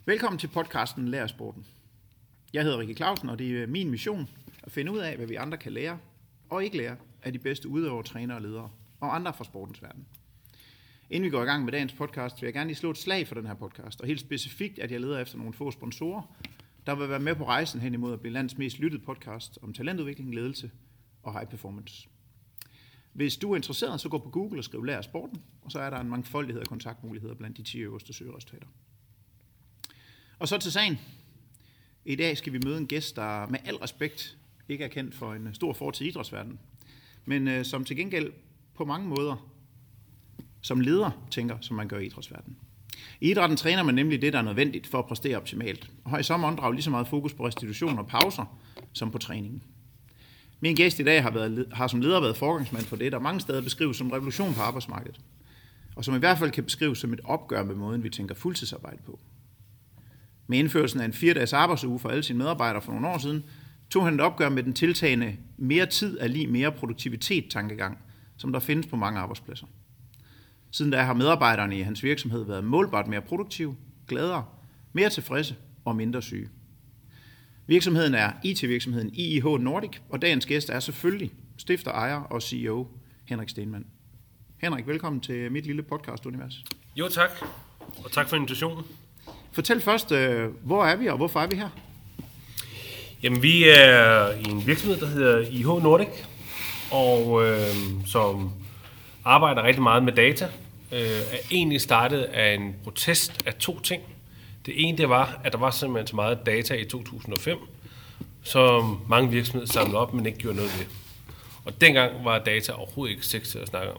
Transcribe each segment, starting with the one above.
Velkommen til podcasten Lær Sporten. Jeg hedder Rikke Clausen, og det er min mission at finde ud af, hvad vi andre kan lære og ikke lære af de bedste udøvere, trænere og ledere og andre fra sportens verden. Inden vi går i gang med dagens podcast, vil jeg gerne lige slå et slag for den her podcast, og helt specifikt, at jeg leder efter nogle få sponsorer, der vil være med på rejsen hen imod at blive landets mest lyttede podcast om talentudvikling, ledelse og high performance. Hvis du er interesseret, så gå på Google og skriv Lær Sporten, og så er der en mangfoldighed af kontaktmuligheder blandt de 10 øverste søgeresultater. Og så til sagen. I dag skal vi møde en gæst, der med al respekt ikke er kendt for en stor fortid i idrætsverdenen, men som til gengæld på mange måder som leder tænker, som man gør i idrætsverdenen. I idrætten træner man nemlig det, der er nødvendigt for at præstere optimalt, og har i samme åndedrag lige så meget fokus på restitution og pauser, som på træningen. Min gæst i dag har som leder været foregangsmand for det, der mange steder beskrives som revolution på arbejdsmarkedet, og som i hvert fald kan beskrives som et opgør med måden, vi tænker fuldtidsarbejde på. Med indførelsen af en 4-dages arbejdsuge for alle sine medarbejdere for nogle år siden, tog han et opgør med den tiltagende mere tid er lige mere produktivitet-tankegang, som der findes på mange arbejdspladser. Siden da har medarbejderne i hans virksomhed været målbart mere produktive, gladere, mere tilfredse og mindre syge. Virksomheden er IT-virksomheden IIH Nordic, og dagens gæst er selvfølgelig stifter, ejer og CEO Henrik Stenmann. Henrik, velkommen til mit lille podcast-univers. Jo, tak. Og tak for invitationen. Fortæl først, hvor er vi, og hvorfor er vi her? Jamen, vi er i en virksomhed, der hedder IIH Nordic, og som arbejder rigtig meget med data. Er egentlig startet af en protest af 2 ting. Det ene, det var, at der var simpelthen så meget data i 2005, som mange virksomheder samlede op, men ikke gjorde noget ved. Og dengang var data overhovedet ikke sexet at snakke om.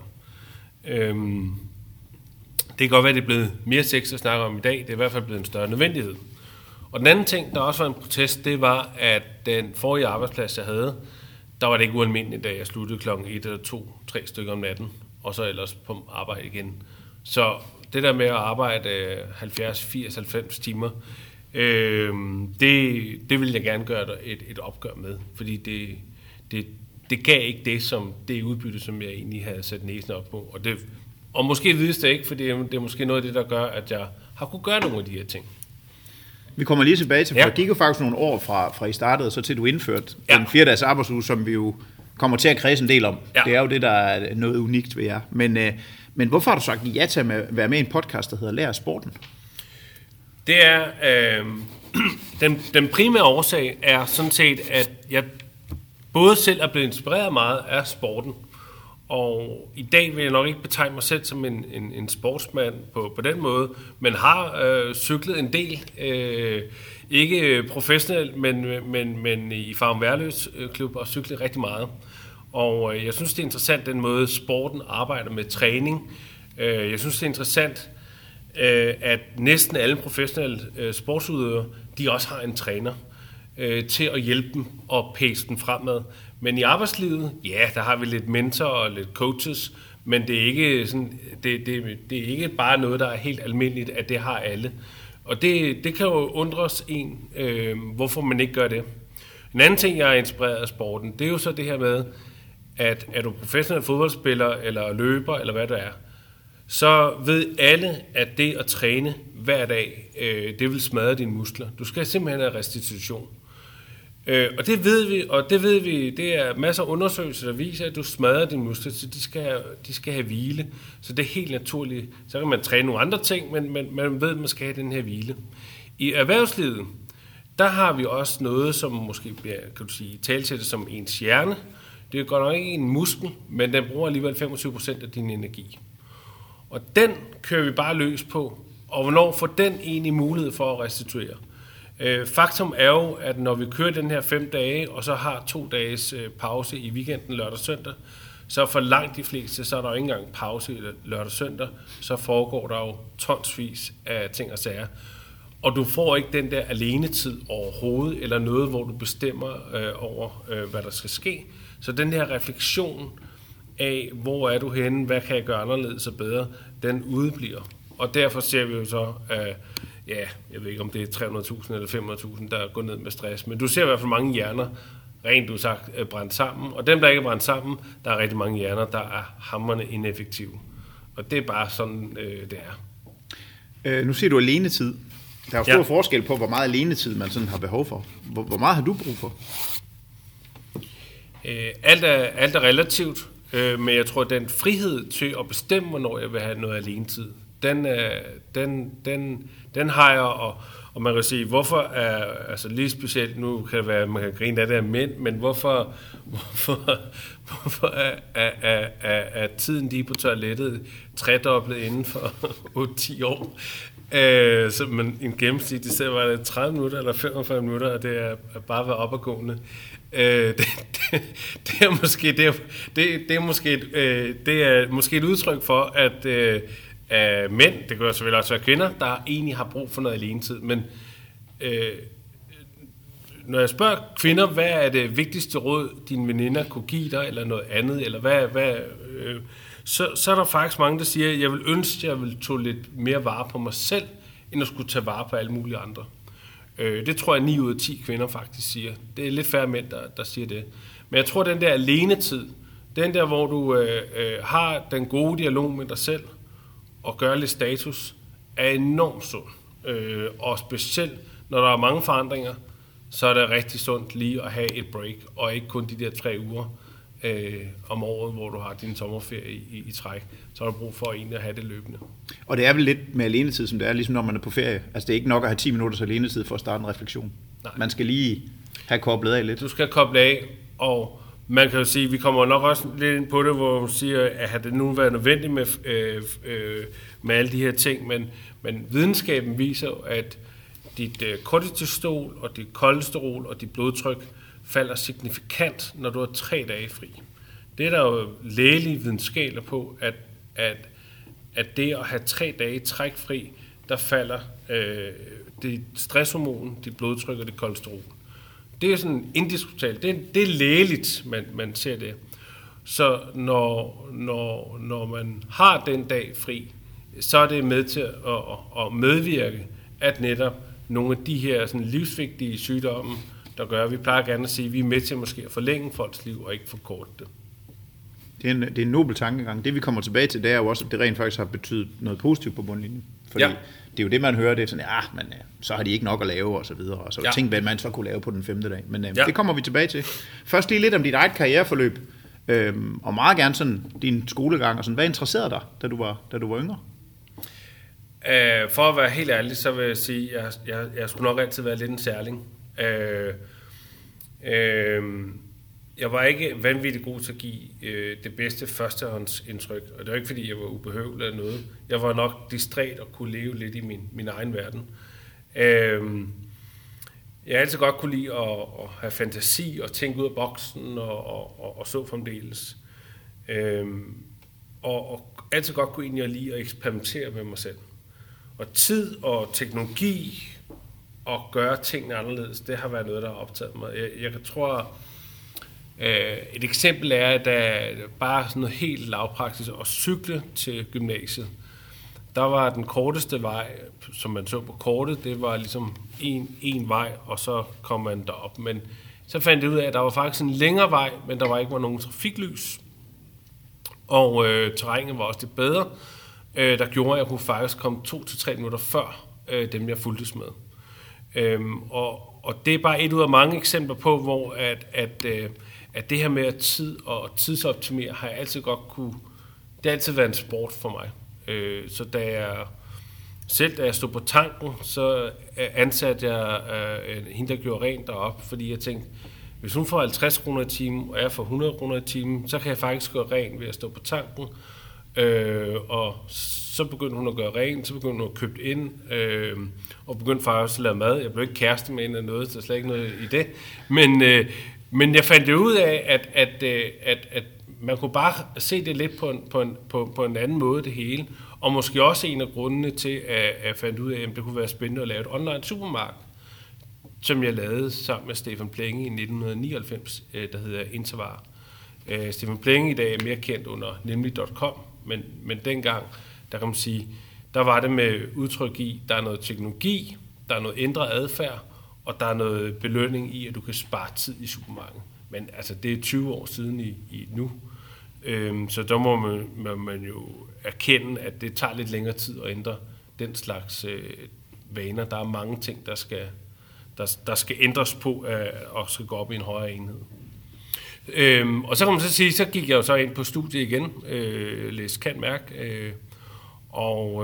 Det kan godt være, at det er blevet mere sexet at snakke om i dag. Det er i hvert fald blevet en større nødvendighed. Og den anden ting, der også var en protest, det var, at den forrige arbejdsplads, jeg havde, der var det ikke ualmindeligt, da jeg sluttede klokken 1 eller 2, 3 stykker om natten, og så ellers på arbejde igen. Så det der med at arbejde 70, 80, 90 timer, det vil jeg gerne gøre et opgør med, fordi det gav ikke det udbytte, som jeg egentlig havde sat næsen op på. Og måske vides det ikke, for det er måske noget af det, der gør, at jeg har kunne gøre nogle af de her ting. Vi kommer lige tilbage til, for det gik jo faktisk nogle år fra I startede, så til du indførte den 4-dages arbejdsuge, som vi jo kommer til at kredse en del om. Ja. Det er jo det, der er noget unikt ved jer. Men hvorfor har du sagt ja til at være med i en podcast, der hedder Lær Sporten? Det er, den primære årsag er sådan set, at jeg både selv er blevet inspireret meget af sporten, og i dag vil jeg nok ikke betegne mig selv som en sportsmand på den måde, men har cyklet en del. Ikke professionelt, men i Farum Værløs klub og cyklet rigtig meget. Og jeg synes, det er interessant, den måde sporten arbejder med træning. Jeg synes, det er interessant, at næsten alle professionelle sportsudøvere, de også har en træner til at hjælpe dem og pace dem fremad. Men i arbejdslivet, ja, der har vi lidt mentor og lidt coaches, men det er ikke sådan, det er ikke bare noget, der er helt almindeligt, at det har alle. Og det kan jo undres hvorfor man ikke gør det. En anden ting, jeg er inspireret af sporten, det er jo så det her med, at er du professionel fodboldspiller eller løber, eller hvad det er, så ved alle, at det at træne hver dag, det vil smadre dine muskler. Du skal simpelthen have restitution. Og det ved vi, det er masser af undersøgelser, der viser, at du smadrer dine muskler, så de skal have hvile. Så det er helt naturligt. Så kan man træne nogle andre ting, men man ved, at man skal have den her hvile. I erhvervslivet, der har vi også noget, som måske bliver, kan du sige, talsættet som ens hjerne. Det er godt nok ikke en muskel, men den bruger alligevel 25% af din energi. Og den kører vi bare løs på. Og hvornår får den egentlig mulighed for at restituere? Faktum er jo, at når vi kører den her 5 dage, og så har 2 dages pause i weekenden lørdag og søndag, så for langt de fleste, så er der jo ikke engang pause lørdag og søndag, så foregår der jo tonsvis af ting og sager. Og du får ikke den der alenetid overhovedet, eller noget, hvor du bestemmer over, hvad der skal ske. Så den her refleksion af, hvor er du henne, hvad kan jeg gøre anderledes og bedre, den udebliver. Og derfor ser vi jo så, jeg ved ikke om det er 300.000 eller 500.000, der går ned med stress, men du ser i hvert fald mange hjerner, rent du sagt, brændt sammen. Og dem, der ikke er brændt sammen, der er rigtig mange hjerner, der er hamrende ineffektive. Og det er bare sådan, det er. Nu siger du alenetid. Der er jo stor forskel på, hvor meget alenetid man sådan har behov for. Hvor meget har du brug for? Alt er relativt, men jeg tror, at den frihed til at bestemme, hvornår jeg vil have noget alenetid, den har jeg, og man kan sige, hvorfor er, altså lige specielt, nu kan det være, man kan grine af det af mænd, men hvorfor er tiden lige på toilettet tredoblet inden for 8-10 år? Så man en gennemsnit, det var det 30 minutter eller 45 minutter, og det er bare været opadgående. Det er måske et udtryk for, at mænd, det kan selvfølgelig også være kvinder, der egentlig har brug for noget alenetid, men når jeg spørger kvinder, hvad er det vigtigste råd, dine veninder kunne give dig, eller noget andet, eller så er der faktisk mange, der siger, at jeg vil ønske, at jeg vil tage lidt mere vare på mig selv, end at skulle tage vare på alle mulige andre. Det tror jeg 9 ud af 10 kvinder faktisk siger. Det er lidt færre mænd, der siger det. Men jeg tror, den der alenetid, den der, hvor du har den gode dialog med dig selv, og gør lidt status, er enormt sund. Og specielt, når der er mange forandringer, så er det rigtig sundt lige at have et break, og ikke kun de der 3 uger om året, hvor du har din sommerferie i træk. Så har du brug for egentlig at have det løbende. Og det er vel lidt med alenetid, som det er, ligesom når man er på ferie. Altså det er ikke nok at have 10 minutters alenetid for at starte en refleksion. Nej. Man skal lige have koblet af lidt. Du skal koble af, og man kan jo sige, vi kommer nok også lidt ind på det, hvor du siger, at har det nu været nødvendigt med alle de her ting, men videnskaben viser jo, at dit kortisol og dit kolesterol og dit blodtryk falder signifikant, når du har 3 dage fri. Det er der jo lægelige videnskaber på, at det at have 3 dage trækfri, der falder det stresshormon, dit blodtryk og dit kolesterol. Det er sådan indiskutabelt. Det er lægeligt, man ser det. Så når man har den dag fri, så er det med til at medvirke, at netop nogle af de her sådan livsvigtige sygdomme, der gør, vi plejer gerne at sige, at vi er med til måske at forlænge folks liv og ikke forkorte det. Det er en nobel tankegang. Det vi kommer tilbage til, det er jo også, at det rent faktisk har betydet noget positivt på bundlinjen. Fordi det er jo det, man hører, det er sådan, men så har de ikke nok at lave, og så videre. Og så tænk, hvad man så kunne lave på den 5. dag. Men det kommer vi tilbage til. Først lige lidt om dit eget karriereforløb, og meget gerne sådan din skolegang, og sådan, hvad interesserede dig, da du var yngre? For at være helt ærlig, så vil jeg sige, at jeg skulle nok altid være lidt en særling. Jeg var ikke vanvittigt god til at give det bedste førstehåndsindtryk, og det var ikke, fordi jeg var ubehøvlet eller noget. Jeg var nok distræt og kunne leve lidt i min egen verden. Jeg har altid godt kunne lide at have fantasi og tænke ud af boksen og så fremdeles. Og altid godt kunne egentlig lide at eksperimentere med mig selv. Og tid og teknologi og gøre tingene anderledes, det har været noget, der har optaget mig. Jeg tror, et eksempel er, at der bare sådan noget helt lavpraktisk at cykle til gymnasiet. Der var den korteste vej, som man så på kortet, det var ligesom en vej, og så kom man derop. Men så fandt jeg ud af, at der var faktisk en længere vej, men der var ikke nogen trafiklys. Og terrænet var også lidt bedre, der gjorde, at jeg kunne faktisk komme 2-3 minutter før dem, jeg fulgtes med. Og det er bare et ud af mange eksempler på, hvor at det her med at tid og tidsoptimere har jeg altid godt kunne. Det har altid været en sport for mig. Så da jeg stod på tanken, så ansatte jeg hende, der gjorde rent derop, fordi jeg tænkte, hvis hun får 50 kroner i timen, og jeg får 100 kroner i timen, så kan jeg faktisk gøre rent ved at stå på tanken. Og så begyndte hun at gøre rent, så begyndte hun at købe ind, og begyndte faktisk at lave mad. Jeg blev ikke kæreste med hende eller noget, så der er slet ikke noget i det. Men jeg fandt jo ud af, at man kunne bare se det lidt på en anden måde, det hele. Og måske også en af grundene til, at jeg fandt ud af, at det kunne være spændende at lave et online supermarked, som jeg lavede sammen med Stefan Plenge i 1999, der hedder Intervar. Stefan Plenge i dag er mere kendt under nemlig.com, men dengang, der kan man sige, der var det med udtryk i, der er noget teknologi, der er noget ændret adfærd, og der er noget belønning i, at du kan spare tid i supermarkedet. Men altså, det er 20 år siden i nu. Så der må man jo erkende, at det tager lidt længere tid at ændre den slags vaner. Der er mange ting, der skal ændres på og skal gå op i en højere enhed. Og så kan man så sige, så gik jeg jo så ind på studiet igen, læste Cand.Merc, og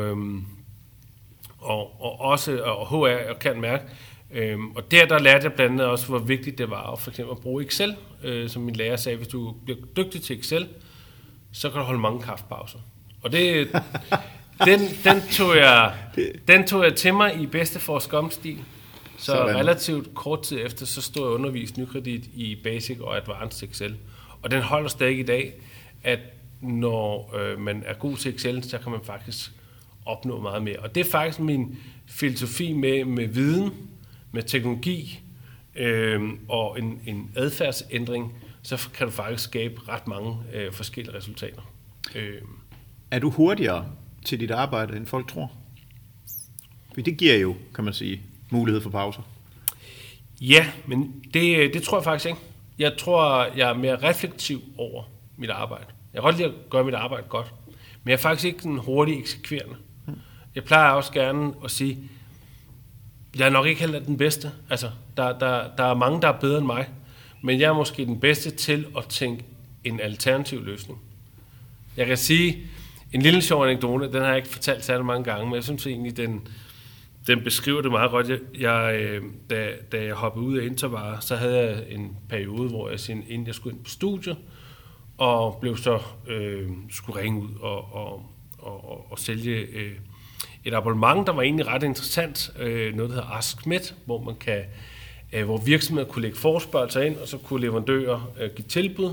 også HR og Cand.Merc. Og der lærte jeg blandt andet også, hvor vigtigt det var for eksempel at bruge Excel. Som min lærer sagde, hvis du bliver dygtig til Excel, så kan du holde mange kaffepauser. Og den tog jeg til mig i bedste forskomstil. Så relativt kort tid efter, så stod jeg undervist Nykredit i Basic og Advanced Excel. Og den holder stadig i dag, at når man er god til Excel, så kan man faktisk opnå meget mere. Og det er faktisk min filosofi med viden, med teknologi og en adfærdsændring, så kan du faktisk skabe ret mange forskellige resultater. Er du hurtigere til dit arbejde, end folk tror? For det giver jo, kan man sige, mulighed for pauser. Ja, men det tror jeg faktisk ikke. Jeg tror, jeg er mere reflektiv over mit arbejde. Jeg kan godt lide at gøre mit arbejde godt, men jeg er faktisk ikke den hurtigt eksekverende. Jeg plejer også gerne at sige, jeg er nok ikke heller den bedste. Altså, der er mange, der er bedre end mig, men jeg er måske den bedste til at tænke en alternativ løsning. Jeg kan sige, en lille sjov anekdote, den har jeg ikke fortalt særlig mange gange, men jeg synes egentlig, den beskriver det meget godt. Da jeg hoppede ud af Intervar, så havde jeg en periode, hvor inden jeg skulle ind på studiet, og blev så skulle ringe ud og sælge et abonnement, der var egentlig ret interessant. Noget, der hedder Ask.Med, hvor virksomheder kunne lægge forespørgelser ind, og så kunne leverandører give tilbud.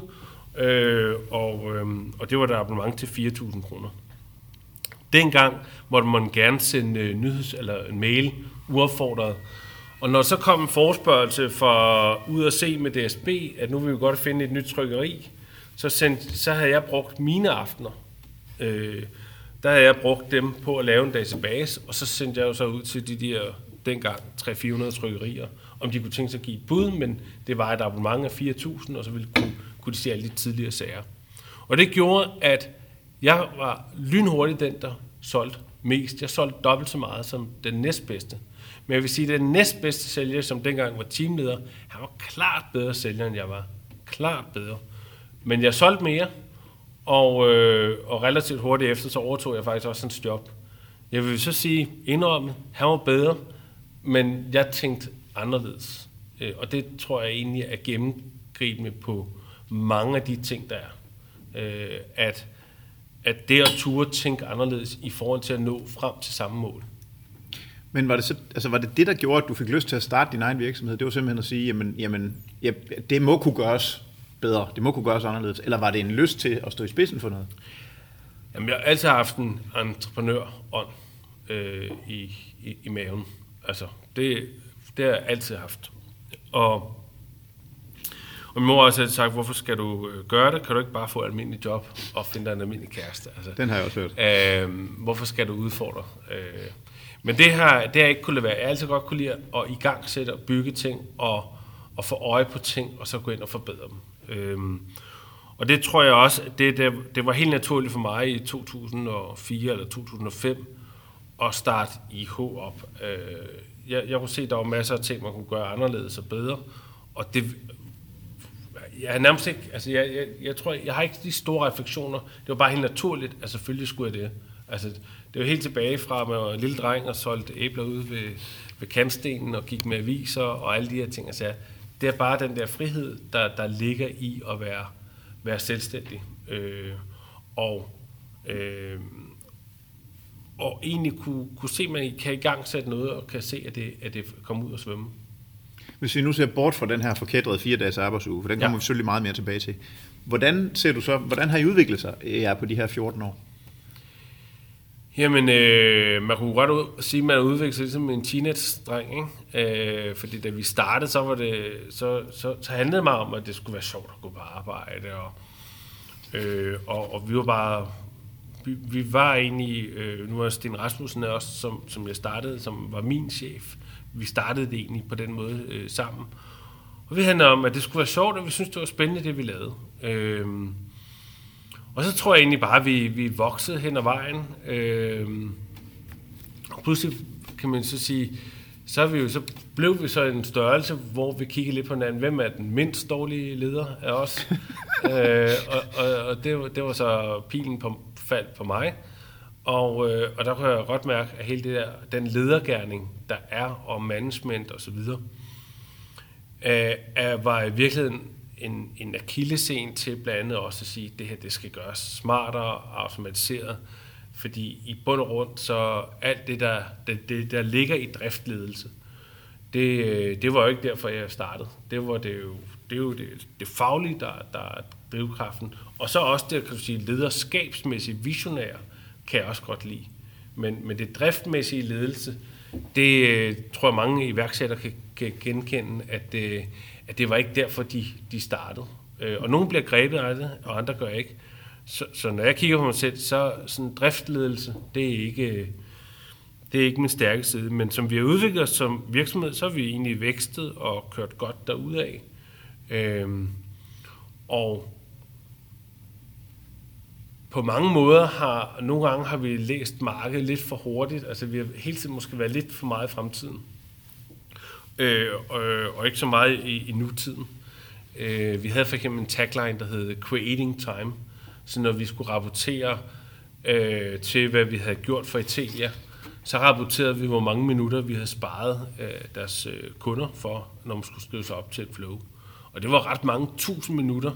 Og det var et abonnement til 4.000 kroner. Dengang måtte man gerne sende eller en mail uopfordret. Og når så kom en forespørgelse fra ud at se med DSB, at nu vil vi godt finde et nyt trykkeri, så havde jeg brugt mine aftener. Der havde jeg brugt dem på at lave en database, og så sendte jeg jo så ud til de der dengang 300-400 trykkerier, om de kunne tænke sig at give et bud, men det var et abonnement af 4.000, og så kunne de se alle de tidligere sager. Og det gjorde, at jeg var lynhurtigt den, der solgte mest. Jeg solgte dobbelt så meget som den næstbedste. Men jeg vil sige, at den næstbedste sælger, som dengang var teamleder, han var klart bedre sælger, end jeg var. Klart bedre. Men jeg solgte mere, og relativt hurtigt efter, så overtog jeg faktisk også hans job. Jeg vil så sige, indrømme, han var bedre, men jeg tænkte anderledes. Og det tror jeg egentlig er gennemgribende på mange af de ting, der er. At det at turde tænke anderledes i forhold til at nå frem til samme mål. Men var det der gjorde, at du fik lyst til at starte din egen virksomhed? Det var simpelthen at sige, jamen det må kunne gøres bedre, det må kunne gøres anderledes. Eller var det en lyst til at stå i spidsen for noget? Jamen, jeg har altid haft en entreprenørånd i maven. Altså, det har jeg altid haft. Og min mor har også sagt, hvorfor skal du gøre det? Kan du ikke bare få et almindeligt job og finde dig en almindelig kæreste? Altså, den har jeg også hørt. Hvorfor skal du udfordre? Men det har jeg ikke kunne lade være. Jeg har altid godt kunne lide at igangsætte og bygge ting og få øje på ting, og så gå ind og forbedre dem. Og det tror jeg også, det var helt naturligt for mig i 2004 eller 2005 at starte IH op. Jeg kunne se, at der var masser af ting, man kunne gøre anderledes og bedre, og det... Jeg er nærmest ikke, altså jeg tror, jeg har ikke de store refleksioner. Det var bare helt naturligt, at selvfølgelig skulle jeg det. Altså, det var helt tilbage fra, at man var en lille dreng og solgte æbler ude ved kantstenen og gik med aviser og alle de her ting. Altså, det er bare den der frihed, der ligger i at være selvstændig. Og egentlig kunne se, at man kan i gang sætte noget og kan se, at det kommer ud og svømme. Hvis vi nu ser bort fra den her forkædrede 4-dages arbejdsuge, for den kommer vi selvfølgelig meget mere tilbage til. Hvordan har I udviklet sig på de her 14 år? Jamen, man kunne godt sige, at man har udviklet sig ligesom en teenage-dreng, ikke? Fordi da vi startede, så var det så handlede det meget om, at det skulle være sjovt at gå på arbejde, og vi var bare... Vi var egentlig... nu er Sten Rasmussen også, som jeg startede, som var min chef. Vi startede det egentlig på den måde sammen. Og vi handlede om, at det skulle være sjovt, og vi synes det var spændende, det vi lavede. Og så tror jeg egentlig bare, at vi voksede hen ad vejen. Og pludselig kan man så sige, så blev vi så en størrelse, hvor vi kiggede lidt på hinanden, hvem er den mindst dårlige leder af os? Og det var så pilen faldt på mig. Og der kunne jeg godt mærke, at hele det der, den ledergerning, der er, og management og så videre, var i virkeligheden en akillesen til blandt andet også at sige, at det her det skal gøres smartere og automatiseret. Fordi i bund og grund, så alt det, der ligger i driftledelse, det var jo ikke derfor, jeg startede. Det er jo det faglige, der er drivkraften. Og så også det, kan du sige, lederskabsmæssigt visionære, kan jeg også godt lide. Men det driftmæssige ledelse, det tror jeg mange iværksættere kan genkende, at det var ikke derfor, de startede. Og nogle bliver grebet af det, og andre gør ikke. Så når jeg kigger på mig selv, så sådan driftledelse, det er ikke min stærke side. Men som vi har udviklet os som virksomhed, så har vi egentlig vækstet og kørt godt derudad. Og på mange måder nogle gange har vi læst markedet lidt for hurtigt. Altså vi har hele tiden måske været lidt for meget i fremtiden. Og ikke så meget i nutiden. Vi havde for eksempel en tagline, der hed Creating Time. Så når vi skulle rapportere til, hvad vi havde gjort for Itelia, så rapporterede vi, hvor mange minutter vi havde sparet deres kunder for, når man skulle skrive sig op til et flow. Og det var ret mange 1000 minutter.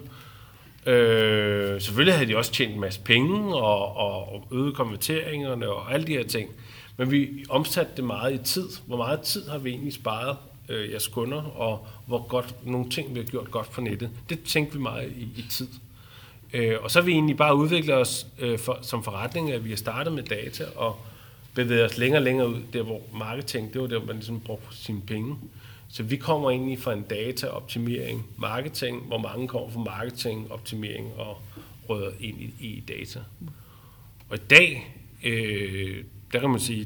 Selvfølgelig havde de også tjent en masse penge og øget konverteringerne og alle de her ting. Men vi omsatte det meget i tid. Hvor meget tid har vi egentlig sparet jeres kunder, og hvor godt nogle ting vi har gjort godt på nettet. Det tænkte vi meget i tid. Og så har vi egentlig bare udviklet os som forretning, at vi har startet med data og bevæget os længere og længere ud, der hvor marketing, det var der, hvor man ligesom brugte sine penge. Så vi kommer egentlig fra en data-optimering, marketing, hvor mange kommer fra marketing, optimering og rødder ind i data. Og i dag, der kan man sige,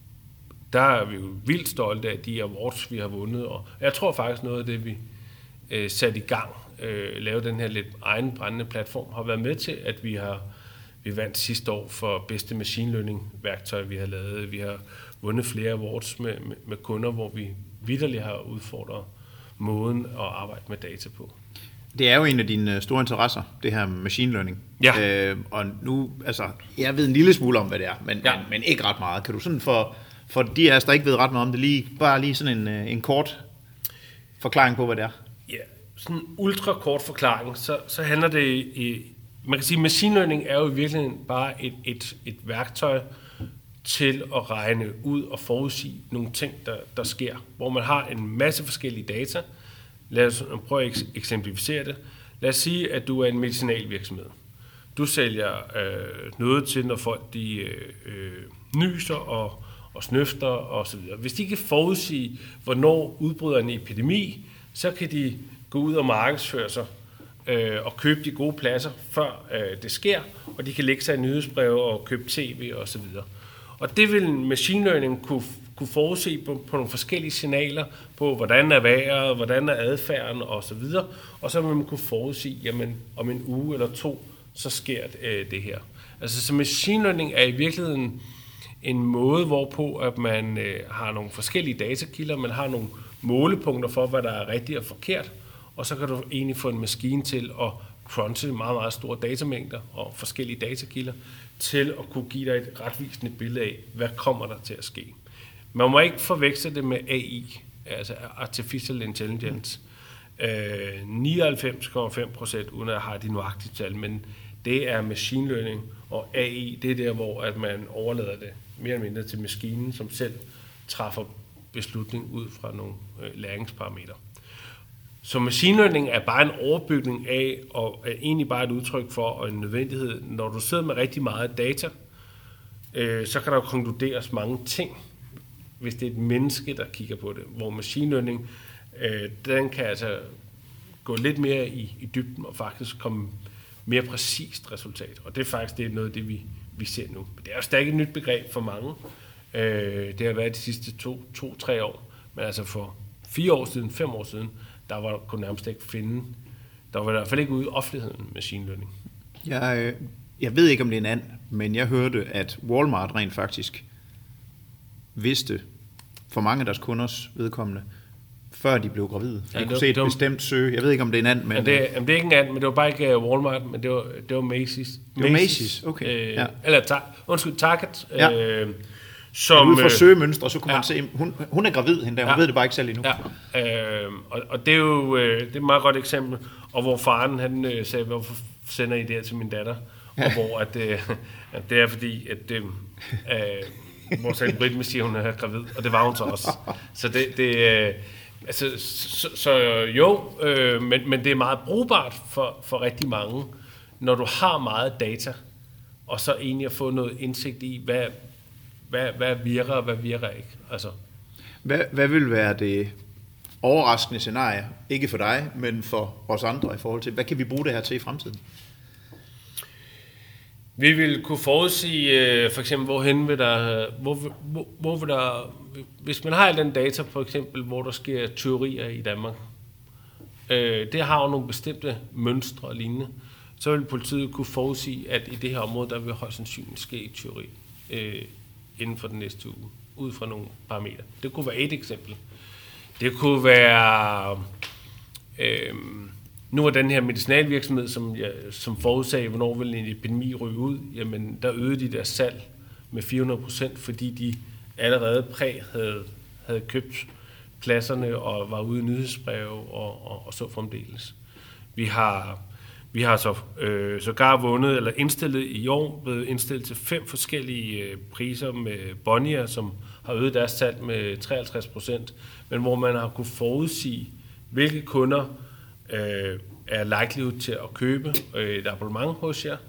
der er vi jo vildt stolte af de awards, vi har vundet. Og jeg tror faktisk noget af det, vi satte i gang, lave den her lidt egenbrændende platform, har været med til, at vi vandt sidste år for bedste machine learning værktøj, vi har lavet. Vi har vundet flere awards med kunder, hvor vi vitterligt har udfordret måden at arbejde med data på. Det er jo en af dine store interesser, det her machine learning. Ja. Og nu, altså, jeg ved en lille smule om, hvad det er, men ikke ret meget. Kan du sådan for de af os, der ikke ved ret meget om det, bare lige sådan en kort forklaring på, hvad det er? Ja, sådan en ultra kort forklaring, så handler det man kan sige, machine learning er jo i virkeligheden bare et værktøj til at regne ud og forudsige nogle ting, der sker, hvor man har en masse forskellige data. Lad os prøve at eksemplificere det. Lad os sige, at du er en medicinalvirksomhed. Du sælger noget til, når folk de nyser og snøfter og så videre. Hvis de kan forudsige, hvornår udbryder en epidemi, så kan de gå ud og markedsføre sig og købe de gode pladser, før det sker, og de kan lægge sig i nyhedsbreve og købe tv og så videre. Og det vil machine learning kunne forudse på nogle forskellige signaler på, hvordan er vejret, hvordan er adfærden og så videre, og så vil man kunne forudsige, jamen om en uge eller 2, så sker det her. Altså så machine learning er i virkeligheden en måde, hvorpå at man har nogle forskellige datakilder, man har nogle målepunkter for, hvad der er rigtigt og forkert, og så kan du egentlig få en maskine til at crunche meget, meget store datamængder og forskellige datakilder til at kunne give dig et retvisende billede af, hvad kommer der til at ske. Man må ikke forveksle det med AI, altså Artificial Intelligence. 99,5%, uden at have de nøjagtige tal, men det er machine learning, og AI, det er der, hvor at man overlader det mere eller mindre til maskinen, som selv træffer beslutning ud fra nogle læringsparametre. Så machine learning er bare en overbygning af, og er egentlig bare et udtryk for, og en nødvendighed. Når du sidder med rigtig meget data, så kan der jo konkluderes mange ting, hvis det er et menneske, der kigger på det. Hvor machine learning, den kan altså gå lidt mere i dybden, og faktisk komme mere præcist resultat. Og det er faktisk noget af det, vi ser nu. Men det er jo stadig et nyt begreb for mange. Det har været de sidste 2-3 år. Men altså for 4 år siden, 5 år siden, der kunne nærmest ikke finde, der var i hvert fald ikke ude i offentligheden machine learning. Jeg ved ikke, om det er en and, men jeg hørte, at Walmart rent faktisk vidste for mange af deres kunders vedkommende, før de blev gravide. De kunne det, se et bestemt søge. Jeg ved ikke, om det er en and, men... Det er ikke en and, men det var bare ikke Walmart, men det var Macy's. Det var Macy's, okay. Eller Target. Ja. Som, ud fra søgemønstre, så kunne man se, hun er gravid hende der, hun ved det bare ikke selv endnu. Ja. Og det er jo det er et meget godt eksempel, og hvor faren han sagde, hvorfor sender I det her til min datter? Og hvor at det er fordi, at vores algoritme siger, hun er gravid, og det var hun så også. Så men det er meget brugbart for rigtig mange, når du har meget data, og så egentlig at få noget indsigt i, hvad virker og hvad virker ikke. Altså. Hvad vil være det overraskende scenarie, ikke for dig, men for os andre i forhold til, hvad kan vi bruge det her til i fremtiden? Vi vil kunne forudsige, for eksempel, hvorhen vil der, hvor vil der, hvis man har den data, for eksempel, hvor der sker tyverier i Danmark, det har jo nogle bestemte mønstre og lignende, så vil politiet kunne forudsige, at i det her område, der vil højst sandsynligt ske et tyveri inden for den næste uge, ud fra nogle parametre. Det kunne være et eksempel. Det kunne være... Nu er den her medicinalvirksomhed, som forudsagde, hvornår vil en epidemi ryge ud, jamen der øgede de deres salg med 400%, fordi de allerede havde købt pladserne og var ude i nyhedsbreve og så fremdeles. Vi har så sågar vundet, eller indstillet i år, blevet indstillet til 5 forskellige priser med Bonnier, som har øget deres salg med 53%, men hvor man har kunne forudsige, hvilke kunder er likelihood til at købe et abonnement hos jer,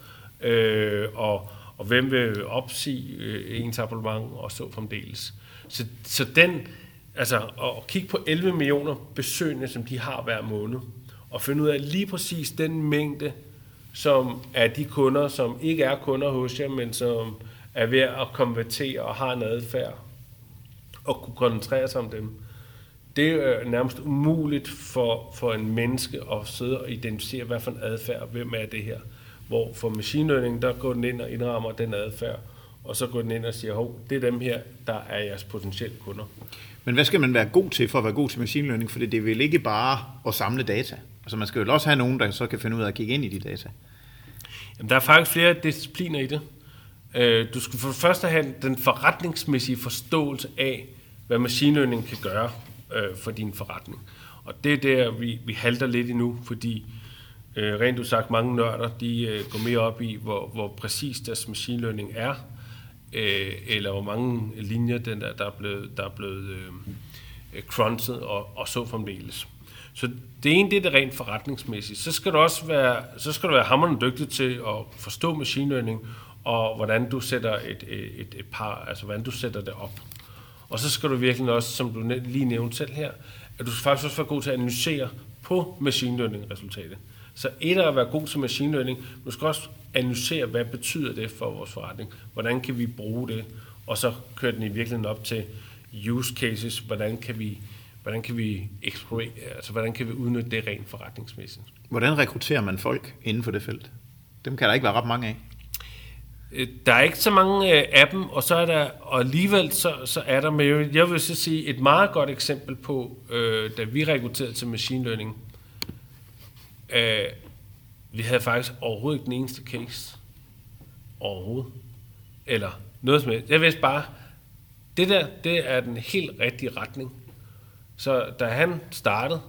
og hvem vil opsige ens abonnement, og så fremdeles. Så den, altså at kigge på 11 millioner besøgende, som de har hver måned, og finde ud af lige præcis den mængde, som er de kunder, som ikke er kunder hos jer, men som er ved at konvertere og har en adfærd, og kunne koncentrere sig om dem. Det er nærmest umuligt for en menneske at sidde og identificere, hvad for en adfærd, hvem er det her. Hvor for machine learning, der går den ind og indrammer den adfærd, og så går den ind og siger, hov, det er dem her, der er jeres potentielle kunder. Men hvad skal man være god til for at være god til machine learning? For det er vel ikke bare at samle data. Altså man skal jo også have nogen, der så kan finde ud af at kigge ind i de data. Jamen, der er faktisk flere discipliner i det. Du skal for det første have den forretningsmæssige forståelse af, hvad machine learning kan gøre for din forretning. Og det er der, vi halter lidt endnu, fordi rent udsagt mange nørder, de går mere op i, hvor præcis deres machine learning er, eller hvor mange linjer der er blevet crunchet og så fremdeles. Så det ene, det er det rent forretningsmæssigt. Så skal du også være hamrende dygtig til at forstå machine learning, og hvordan du sætter et par, altså hvordan du sætter det op. Og så skal du virkelig også, som du lige nævnte selv her, at du skal faktisk også være god til at analysere på machine learning resultatet. Så et er at være god til machine learning, du skal også analysere, hvad betyder det for vores forretning, hvordan kan vi bruge det, og så kører den i virkeligheden op til use cases, hvordan kan vi eksplorere, altså hvordan kan vi udnytte det rent forretningsmæssigt. Hvordan rekrutterer man folk inden for det felt? Dem kan der ikke være ret mange af. Der er ikke så mange af dem, og så er der, og alligevel så er der med, jeg vil så sige et meget godt eksempel på, da vi rekrutterede til machine learning, vi havde faktisk overhovedet ikke den eneste case. Overhovedet. Eller noget som helst. Jeg vidste bare, det er den helt rigtige retning. Så da han startede,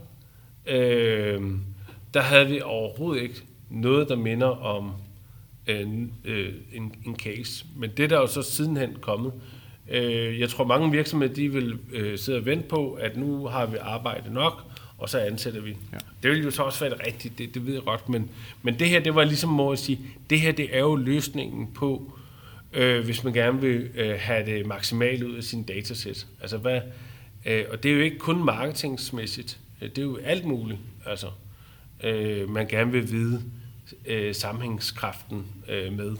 der havde vi overhovedet ikke noget, der minder om en case. Men det der er jo så sidenhen kommet. Jeg tror mange virksomheder, de vil sidde og vente på, at nu har vi arbejdet nok, og så ansætter vi. Ja. Det vil jo så også være det rigtigt, det ved jeg godt, men det her, det var ligesom må jeg sige, det her, det er jo løsningen på, hvis man gerne vil have det maksimalt ud af sin datasæt. Altså og det er jo ikke kun marketingsmæssigt, det er jo alt muligt, altså man gerne vil vide sammenhængskraften med.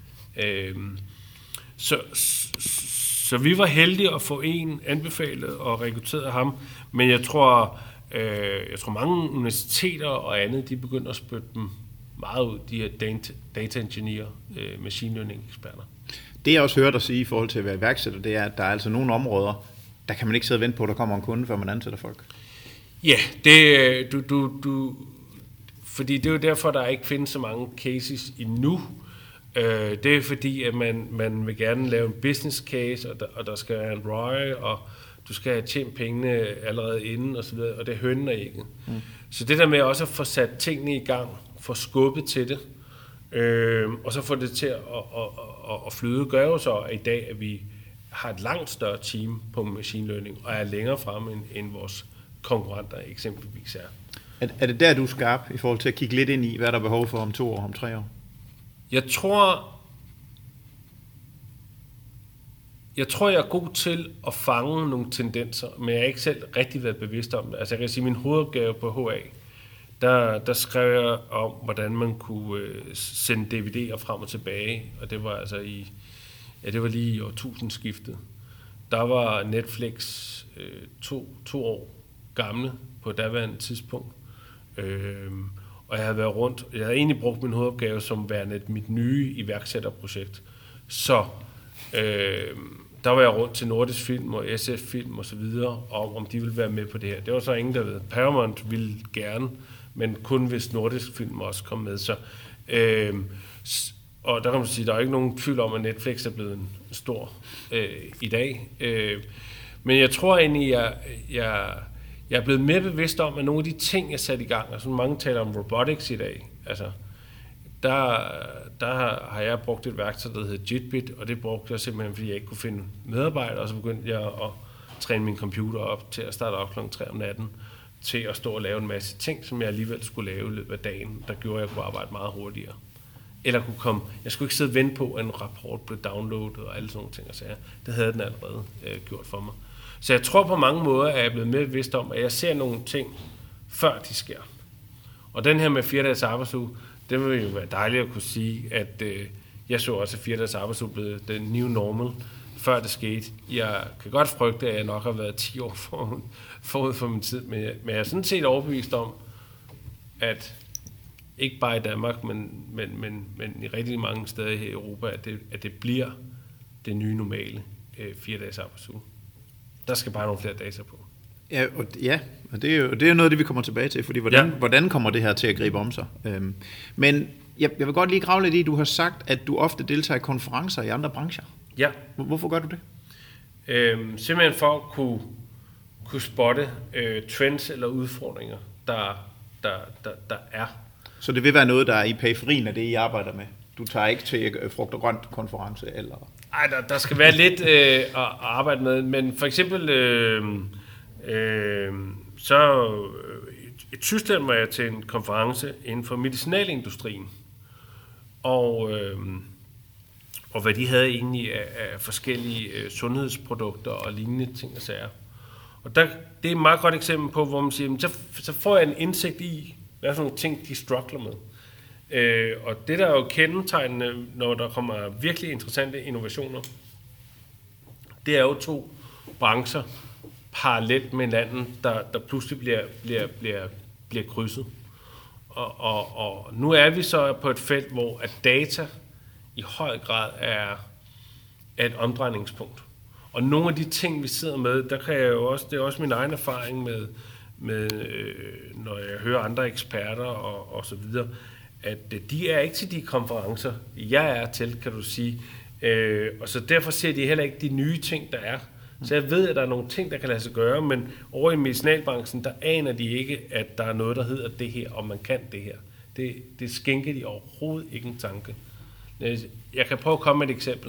Så vi var heldige at få en anbefalet og rekrutteret ham, men jeg tror mange universiteter og andet, de begynder at spytte dem meget ud, de her data engineer, machine learning eksperter. Det jeg også hørt dig sige i forhold til at være iværksætter, det er, at der er altså nogle områder, der kan man ikke sidde og vente på, at der kommer en kunde, før man ansætter folk. Ja, fordi det er jo derfor, der ikke findes så mange cases endnu. Det er fordi, at man vil gerne lave en business case, og der skal være en ROI, og du skal have tjent pengene allerede inden, og så videre, og det er hønnen og ægget. Så det der med også at få sat tingene i gang, få skubbet til det, og så få det til at flyde, gør jo så i dag, at vi har et langt større team på machine learning, og er længere fremme end vores konkurrenter eksempelvis er. Er det der, du er skarp i forhold til at kigge lidt ind i, hvad der er behov for om 2 år, om 3 år? Jeg tror, jeg er god til at fange nogle tendenser, men jeg har ikke selv rigtig været bevidst om det. Altså jeg kan sige, min hovedopgave på HA, der skrev jeg om, hvordan man kunne sende DVD'er frem og tilbage, og det var altså det var lige i årtusindskiftet. Der var Netflix 2 år gamle på daværende tidspunkt, og jeg havde været rundt. Jeg havde egentlig brugt min hovedopgave som værende mit nye iværksætterprojekt. Så der var jeg rundt til Nordisk Film og SF Film og så videre, om de ville være med på det her. Det var så ingen, der ved. Paramount ville gerne, men kun hvis Nordisk Film også kom med. Så, og der kan man sige, der er ikke nogen tvivl om, at Netflix er blevet en stor i dag. Men jeg tror egentlig, jeg er blevet mere bevidst om, at nogle af de ting, jeg satte i gang, altså mange taler om robotics i dag, altså, der har jeg brugt et værktøj, der hedder Jitbit, og det brugte jeg simpelthen, fordi jeg ikke kunne finde medarbejdere, og så begyndte jeg at træne min computer op til at starte op kl. 3 om natten, til at stå og lave en masse ting, som jeg alligevel skulle lave i løbet af dagen, der gjorde, at jeg kunne arbejde meget hurtigere. Eller jeg skulle ikke sidde og vente på, at en rapport blev downloadet, og alle sådan nogle ting, og sager. Det havde den allerede gjort for mig. Så jeg tror på mange måder, at jeg er blevet mere bevidst om, at jeg ser nogle ting, før de sker. Og den her med 4 dages arbejdsuge, det vil jo være dejligt at kunne sige, at jeg så også, at 4 dages arbejdsuge blev den new normal, før det skete. Jeg kan godt frygte, at jeg nok har været 10 år forud for min tid, men jeg er sådan set overbevist om, at ikke bare i Danmark, men i rigtig mange steder her i Europa, at det bliver det nye normale 4 dages arbejdsuge. Der skal bare nogle flere data på. Og det er jo noget af det, vi kommer tilbage til, fordi hvordan kommer det her til at gribe om sig? Men jeg vil godt lige grave lidt i, du har sagt, at du ofte deltager i konferencer i andre brancher. Ja. Hvorfor gør du det? Simpelthen for at kunne spotte trends eller udfordringer, der er. Så det vil være noget, der er i periferien af det, I arbejder med? Du tager ikke til frugt og grønt konference, eller? Ej, der skal være lidt at arbejde med, men for eksempel i Tyskland var jeg til en konference inden for medicinalindustrien, og hvad de havde egentlig af forskellige sundhedsprodukter og lignende ting og sager. Og det er et meget godt eksempel på, hvor man siger, så får jeg en indsigt i, hvad for nogle ting de struggler med. Og det der er jo kendetegnende, når der kommer virkelig interessante innovationer, det er jo 2 brancher parallelt med hinanden, der pludselig bliver krydset. Og nu er vi så på et felt, hvor at data i høj grad er et omdrejningspunkt. Og nogle af de ting, vi sidder med, der kan jeg jo også, det er også min egen erfaring med når jeg hører andre eksperter og så videre, at de er ikke til de konferencer, jeg er til, kan du sige. Og så derfor ser de heller ikke de nye ting, der er. Så jeg ved, at der er nogle ting, der kan lade sig gøre, men over i medicinalbranchen, der aner de ikke, at der er noget, der hedder det her, og man kan det her. Det skænker de overhovedet ikke en tanke. Jeg kan prøve at komme med et eksempel.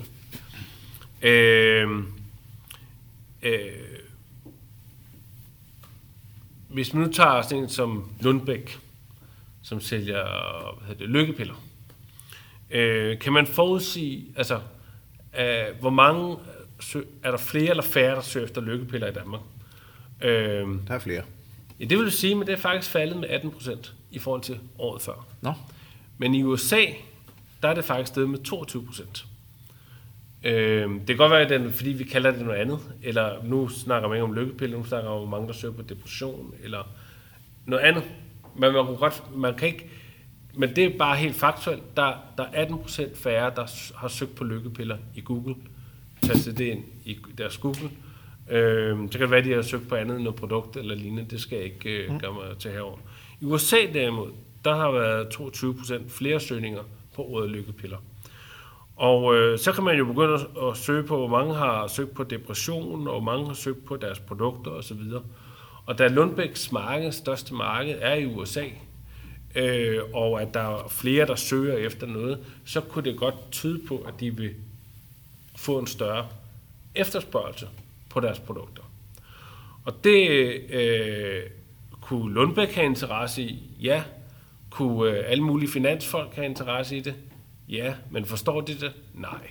Hvis man nu tager sådan en som Lundbæk, som sælger lykkepiller, kan man forudsige, altså, hvor mange, er der flere eller færre, der søger efter lykkepiller i Danmark? Der er flere. Ja, det vil sige, men det er faktisk faldet med 18% i forhold til året før. Nå. Men i USA, der er det faktisk steget med 22%. Det kan godt være, at fordi vi kalder det noget andet, eller nu snakker man ikke om lykkepiller, nu snakker man om, hvor mange der søger på depression, eller noget andet. Men man kan ikke, men det er bare helt faktuelt. Der er 18% færre, der har søgt på lykkepiller i Google, tastet det ind i deres Google, Så kan det være, at de har søgt på andet end noget produkt eller lignende. Det skal jeg ikke gøre mig til herover. I USA derimod, der har været 22% flere søgninger på ordet lykkepiller. Og så kan man jo begynde at søge på, hvor mange har søgt på depression, og hvor mange har søgt på deres produkter osv. Og da Lundbecks største marked er i USA, og at der er flere, der søger efter noget, så kunne det godt tyde på, at de vil få en større efterspørgsel på deres produkter. Og det kunne Lundbeck have interesse i? Ja. Kunne alle mulige finansfolk have interesse i det? Ja. Men forstår de det? Nej.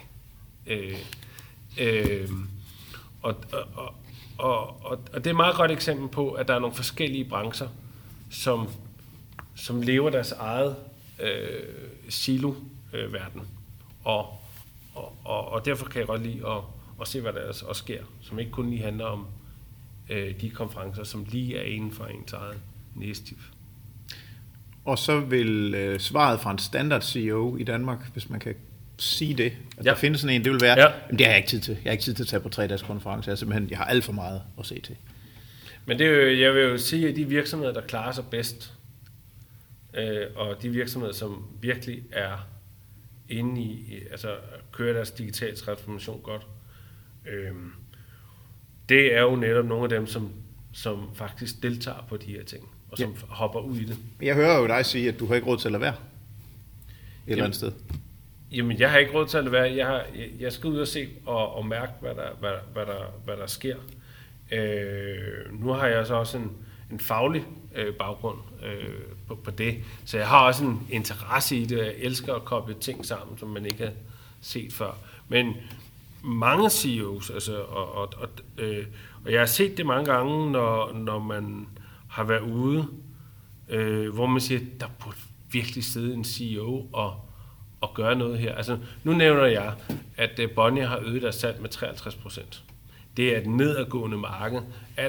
Og det er et meget godt eksempel på, at der er nogle forskellige brancher, som lever deres eget silo-verden. Og derfor kan jeg godt lide at se, hvad der også sker, som ikke kun lige handler om de konferencer, som lige er inden for ens eget næstiv. Og så vil svaret fra en standard CEO i Danmark, hvis man kan sige det, at der findes sådan en, det vil være, jamen, det har jeg ikke tid til. Jeg har ikke tid til at tage på 3-dages konference. Jeg har alt for meget at se til. Men det er jo, jeg vil jo sige, at de virksomheder, der klarer sig bedst, og de virksomheder, som virkelig er inde i, altså kører deres digitale transformation godt, det er jo netop nogle af dem, som faktisk deltager på de her ting, og som hopper ud i det. Jeg hører jo dig sige, at du har ikke råd til at lade være et eller andet sted. Jamen, jeg har ikke råd til at lade være. Jeg skal ud og se og mærke, hvad der sker. Nu har jeg så også en faglig baggrund på det, så jeg har også en interesse i det. Jeg elsker at koble ting sammen, som man ikke har set før. Men mange CEOs, altså, og jeg har set det mange gange, når man har været ude, hvor man siger, der burde virkelig sidde en CEO og gøre noget her. Altså, nu nævner jeg, at Bonnier har øget deres salg med 53%. Det er et nedadgående marked.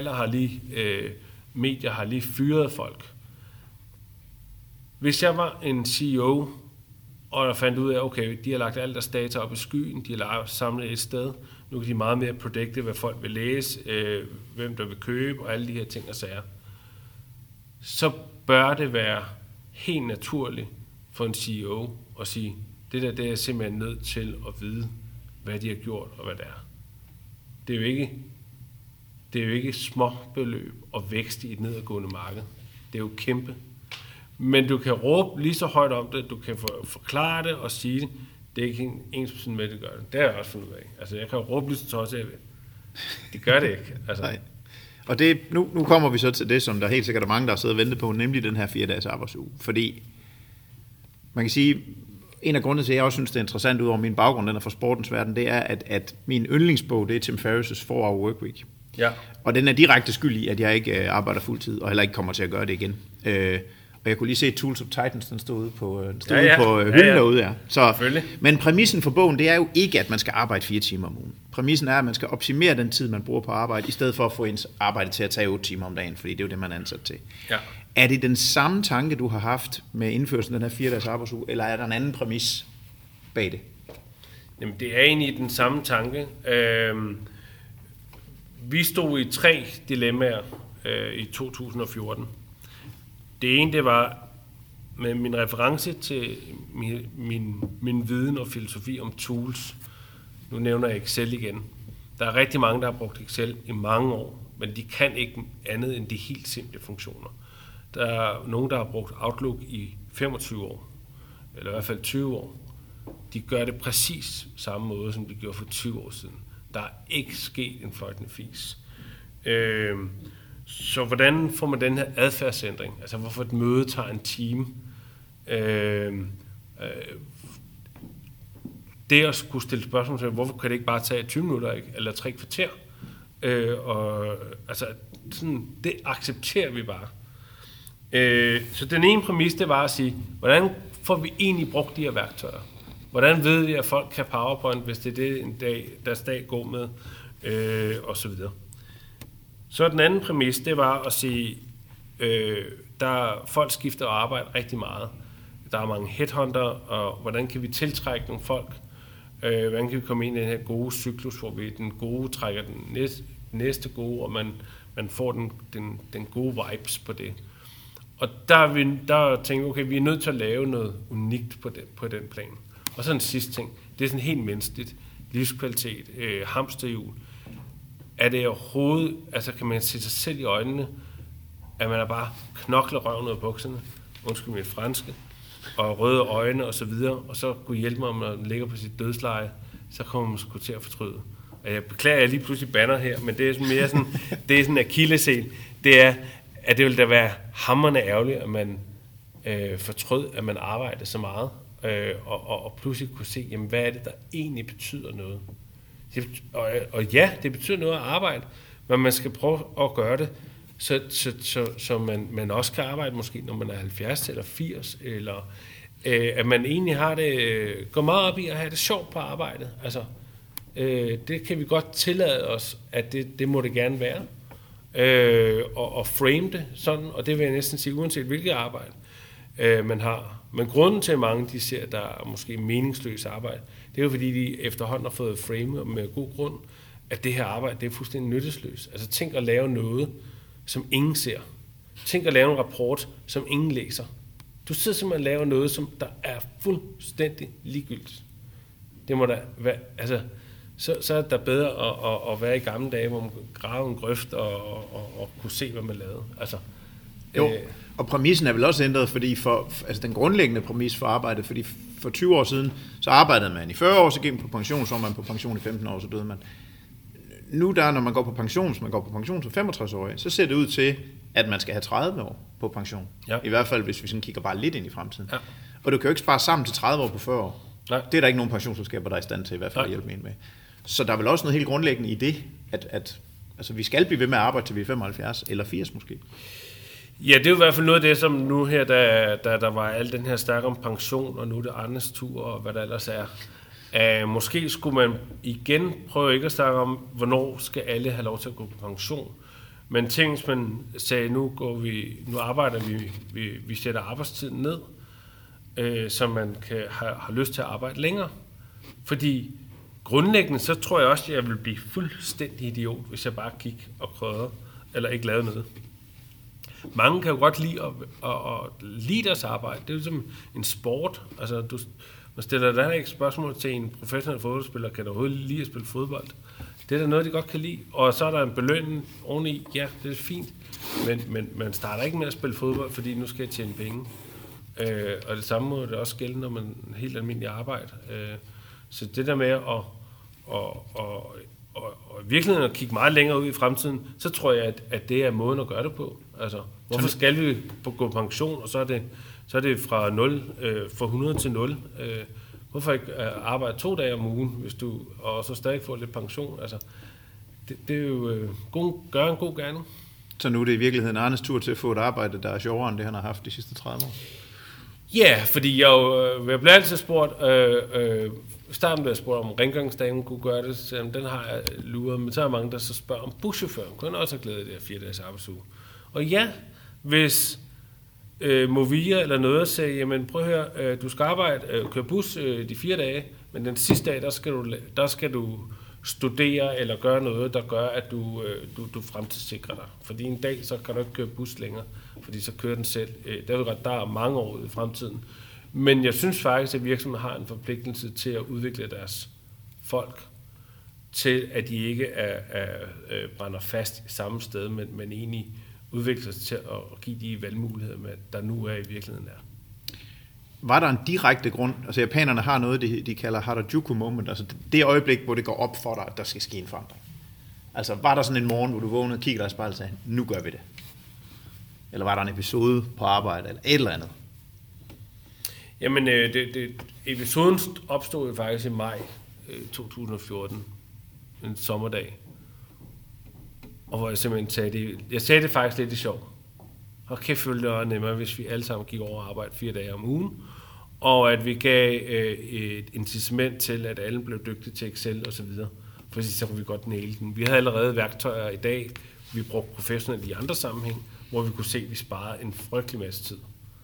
Medier har lige fyret folk. Hvis jeg var en CEO, og der fandt ud af, okay, de har lagt alt deres data op i skyen, de har samlet et sted, nu kan de meget mere predikte, hvad folk vil læse, hvem der vil købe, og alle de her ting og sager, så bør det være helt naturligt for en CEO at sige, det er jeg simpelthen nødt til at vide, hvad de har gjort og hvad det er. Det er jo ikke små beløb og vækst i et nedadgående marked. Det er jo kæmpe. Men du kan råbe lige så højt om det, du kan forklare det og sige det. Det er ikke ens med, at det gør det. Det har jeg også fundet ud af. Altså, jeg kan råbe lige så tøjt, jeg vil. Det gør det ikke. Altså. Nej. Og nu kommer vi så til det, som der helt sikkert er mange, der har siddet og ventet på, nemlig den her 4-dages arbejdsuge. Fordi man kan sige, en af grundene til, at jeg også synes, det er interessant, ud over min baggrund, den er fra sportens verden, det er, at min yndlingsbog, det er Tim Ferriss' 4-Hour Workweek. Ja. Og den er direkte skyld i, at jeg ikke arbejder fuldtid, og heller ikke kommer til at gøre det igen. Og jeg kunne lige se Tools of Titans, den stod ude på hylden derude. Ja. Så, men præmissen for bogen, det er jo ikke, at man skal arbejde 4 timer om ugen. Præmissen er, at man skal optimere den tid, man bruger på arbejde, i stedet for at få ens arbejde til at tage 8 timer om dagen, fordi det er jo det, man er ansat til. Ja. Er det den samme tanke, du har haft med indførelsen af den her 4-dages arbejdsuge, eller er der en anden præmis bag det? Jamen, det er egentlig den samme tanke. Vi stod i 3 dilemmaer i 2014. Det ene, det var med min reference til min viden og filosofi om tools. Nu nævner jeg Excel igen. Der er rigtig mange, der har brugt Excel i mange år, men de kan ikke andet end de helt simple funktioner. Der er nogen, der har brugt Outlook i 25 år, eller i hvert fald 20 år. De gør det præcis samme måde, som de gjorde for 20 år siden. Der er ikke sket en fløjtende fis. Så hvordan får man den her adfærdsændring? Altså, hvorfor et møde tager en time? Det at skulle stille spørgsmål til, hvorfor kan det ikke bare tage 20 minutter, ikke? Eller 3 kvarter? Altså, sådan, det accepterer vi bare. Så den ene præmis, det var at sige, hvordan får vi egentlig brugt de her værktøjer? Hvordan ved vi, at folk kan PowerPoint, hvis det er det, en dag, deres dag går med? Og så videre. Så den anden præmis, det var at sige, der folk skifter arbejde rigtig meget. Der er mange headhunter, og hvordan kan vi tiltrække nogle folk? Hvordan kan vi komme ind i den her gode cyklus, hvor vi den gode trækker den næste gode, og man får den gode vibes på det. Og der tænker vi, okay, vi er nødt til at lave noget unikt på den plan. Og så en sidste ting, det er sådan helt menneskeligt, livskvalitet, hamsterhjul. Er det overhovedet, altså kan man se sig selv i øjnene, at man er bare knokler røven ud af bukserne, undskyld mit franske, og røde øjne og så videre, og så kunne hjælpe mig, om man ligger på sit dødsleje, så kommer man sgu til at fortryde. Og jeg beklager, at jeg lige pludselig banner her, men det er mere sådan, det er sådan en akilleshæl. Det er, at det ville da være hamrende ærgerligt, at man fortrød, at man arbejdede så meget, og pludselig kunne se, jamen, hvad er det, der egentlig betyder noget. Og ja, det betyder noget at arbejde, men man skal prøve at gøre det, så man også kan arbejde måske, når man er 70 eller 80, eller at man egentlig har det, går meget op i at have det sjovt på arbejdet. Altså, det kan vi godt tillade os, at det må det gerne være. Og frame det sådan, og det vil jeg næsten sige, uanset hvilket arbejde man har. Men grunden til, at mange de ser, at der er måske meningsløs arbejde, det er jo fordi, de efterhånden har fået frame med god grund, at det her arbejde, det er fuldstændig nyttesløst. Altså tænk at lave noget, som ingen ser. Tænk at lave en rapport, som ingen læser. Du sidder simpelthen og laver noget, som der er fuldstændig ligegyldigt. Det må da være, altså, så er det bedre at være i gamle dage, hvor man grave en grøft og kunne se, hvad man lavede. Altså, jo, og præmissen er vel også ændret, fordi altså den grundlæggende præmis for arbejdet, fordi for 20 år siden, så arbejdede man i 40 år, så gik man på pension, så var man på pension i 15 år, så døde man. Nu der, når man går på pension, så man går på pension som 65 år, så ser det ud til, at man skal have 30 år på pension. Ja. I hvert fald, hvis vi sådan kigger bare lidt ind i fremtiden. Ja. Og du kan jo ikke spare sammen til 30 år på 40 år. Nej. Det er der ikke nogen pensionsselskaber, der er i stand til i hvert fald at hjælpe en med. Så der er vel også noget helt grundlæggende i det, at altså, vi skal blive ved med at arbejde til vi er 75 eller 80 måske. Ja, det er jo i hvert fald noget af det, som nu her, da der var al den her snak om pension, og nu er det Arnes tur, og hvad der ellers er. Måske skulle man igen prøve ikke at snakke om, hvornår skal alle have lov til at gå på pension. Men tænk, hvis man sagde, nu arbejder vi sætter arbejdstiden ned, så man kan have lyst til at arbejde længere. Fordi grundlæggende, så tror jeg også, at jeg vil blive fuldstændig idiot, hvis jeg bare gik og prøvede, eller ikke lavede noget. Mange kan jo godt lide at lide deres arbejde. Det er jo som en sport. Altså, man stiller der ikke spørgsmål til en professionel fodboldspiller, kan der overhovedet lide at spille fodbold. Det er der noget, de godt kan lide. Og så er der en belønning oveni. Ja, det er fint. Men man starter ikke med at spille fodbold, fordi nu skal jeg tjene penge. Og det samme må det også gælde, når man helt almindelig arbejde. Så det der med og i virkeligheden at kigge meget længere ud i fremtiden, så tror jeg, at det er måden at gøre det på. Altså, hvorfor skal vi gå på pension, og så er det fra 0, fra 100 til 0. Hvorfor ikke arbejde 2 dage om ugen, og så stadig få lidt pension? Altså, det er jo gøre en god gerning. Så nu er det i virkeligheden Arnes tur til at få et arbejde, der er sjovere end det, han har haft de sidste 30 år? Ja, fordi jeg blev altid spurgt, starten blev jeg spurgt, om rengøringsdamen kunne gøre det, så den har jeg luret, men så er mange, der så spørger om buschaufføren. Kunne også have glædet af det her 4 dages arbejdsuge? Og ja, hvis Movia eller noget sagde, jamen prøv at høre, du skal køre bus de 4 dage, men den sidste dag, der skal du studere eller gøre noget, der gør, at du fremtidssikrer dig. Fordi en dag, så kan du ikke køre bus længere, fordi så kører den selv. Der er mange år i fremtiden. Men jeg synes faktisk, at virksomheden har en forpligtelse til at udvikle deres folk, til at de ikke brænder fast i samme sted, men egentlig udvikler sig til at give de valgmuligheder, der nu er i virkeligheden er. Var der en direkte grund? Altså japanerne har noget, de kalder Harajuku moment, altså det øjeblik, hvor det går op for dig, at der skal ske en forandring. Altså var der sådan en morgen, hvor du vågnede, kiggede dig i spejlet og sagde, nu gør vi det? Eller var der en episode på arbejde, eller et eller andet? Jamen, episoden opstod jo faktisk i maj 2014, en sommerdag, og hvor jeg simpelthen sagde det faktisk lidt i sjov. Og kæft, følte det var nemmere, hvis vi alle sammen gik over og arbejde 4 dage om ugen, og at vi gav et incitament til, at alle blev dygtige til Excel og så videre, for så kunne vi godt næle den. Vi havde allerede værktøjer i dag, vi brugte professionelt i andre sammenhæng, hvor vi kunne se, at vi sparede en frygtelig masse tid.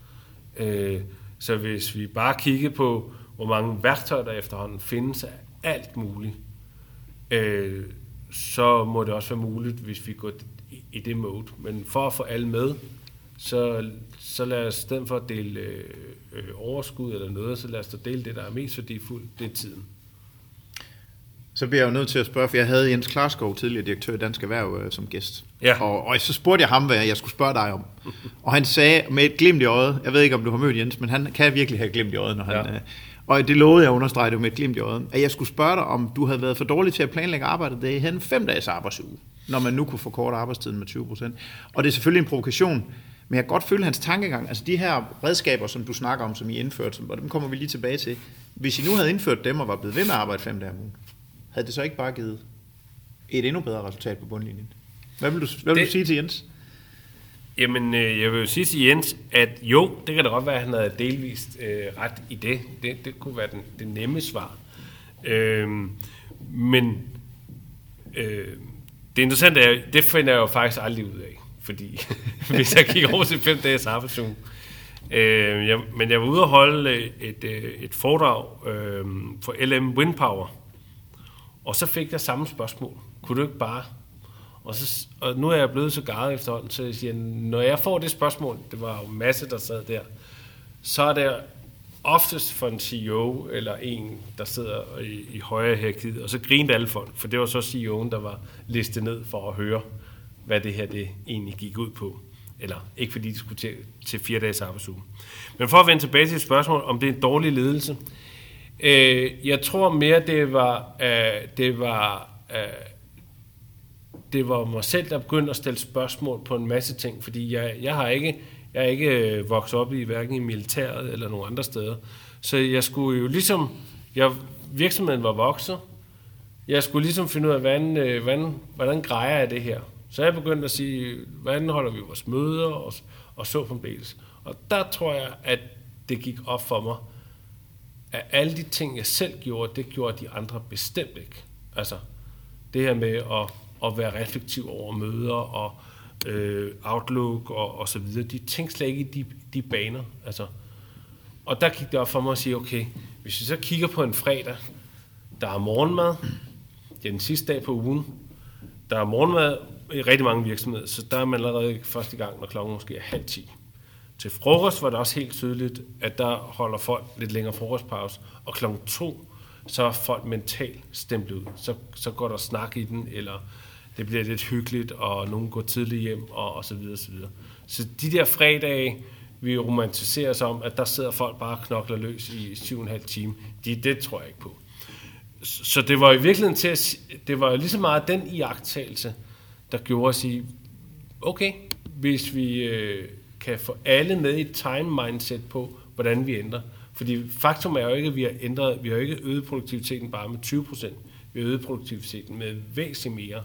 Så hvis vi bare kiggede på, hvor mange værktøjer der efterhånden findes af alt muligt, så må det også være muligt, hvis vi går i det mode. Men for at få alle med, så lad os i stedet for at dele overskud eller noget, så lad os da dele det, der er mest værdifuldt, det er tiden. Så bliver jeg jo nødt til at spørge, for jeg havde Jens Klarskov, tidligere direktør i Dansk Erhverv, som gæst. Ja. Og så spurgte jeg ham, hvad jeg skulle spørge dig om. Og han sagde med et glimt i øjet, jeg ved ikke, om du har mødt Jens, men han kan virkelig have glimt i øjet, når han... Og det lovede jeg at understrege det med et glimt i øjet, at jeg skulle spørge dig, om du havde været for dårlig til at planlægge arbejdet. Det havde en 5-dages arbejdsuge, når man nu kunne forkorte arbejdstiden med 20%. Og det er selvfølgelig en provokation, men jeg kan godt føle hans tankegang. Altså de her redskaber, som du snakker om, som I indførte, og dem kommer vi lige tilbage til. Hvis I nu havde indført dem og var blevet ved med at arbejde 5 dage om ugen, havde det så ikke bare givet et endnu bedre resultat på bundlinjen? Hvad vil du sige til Jens? Jamen, jeg vil jo sige til Jens, at jo, det kan da godt være, at han havde delvist ret i det. Det kunne være det nemme svar. Men det interessante er, det finder jeg jo faktisk aldrig ud af. Fordi hvis jeg kigger over til 5 dages arbejdsuge. Men jeg var ude og holde et foredrag for LM Windpower. Og så fik jeg samme spørgsmål. Kunne du ikke bare... Og nu er jeg blevet så garret efterhånden, så jeg siger, når jeg får det spørgsmål, det var jo en masse, der sad der, så er det oftest for en CEO eller en, der sidder i højre hierarkiet, og så grinede alle folk, for det var så CEO'en, der var listet ned for at høre, hvad det her det egentlig gik ud på. Eller ikke fordi de skulle til 4 dages arbejdsuge. Men for at vende tilbage til et spørgsmål, om det er en dårlig ledelse, jeg tror mere, det var mig selv, der begyndte at stille spørgsmål på en masse ting, fordi jeg er ikke vokset op i hverken i militæret eller nogen andre steder. Så jeg skulle jo ligesom, virksomheden var vokset, jeg skulle ligesom finde ud af, hvordan grejer jeg det her. Så jeg begyndte at sige, hvordan holder vi vores møder og så fremdeles. Og der tror jeg, at det gik op for mig, at alle de ting, jeg selv gjorde, det gjorde de andre bestemt ikke. Altså det her med at være reflektiv over møder og Outlook og så videre. De tænkte slet ikke i de baner. Altså. Og der gik det op for mig at sige, okay, hvis vi så kigger på en fredag, der er morgenmad, det er den sidste dag på ugen, der er morgenmad i rigtig mange virksomheder, så der er man allerede første gang, når klokken måske er 9:30. Til frokost var det også helt tydeligt, at der holder folk lidt længere frokostpause, og klokken 2, så er folk mentalt stemplet ud. Så går der snak i den, eller det bliver lidt hyggeligt, og nogen går tidligt hjem, og så videre, så videre. Så de der fredage, vi romantiserer os om, at der sidder folk bare og knokler løs i 7,5 timer, det tror jeg ikke på. Så det var i virkeligheden det var lige så meget den iagttagelse, der gjorde at sige, okay, hvis vi kan få alle med i et time mindset på, hvordan vi ændrer. Fordi faktum er jo ikke, at vi har ikke øget produktiviteten bare med 20%. Vi har øget produktiviteten med væsentligt mere.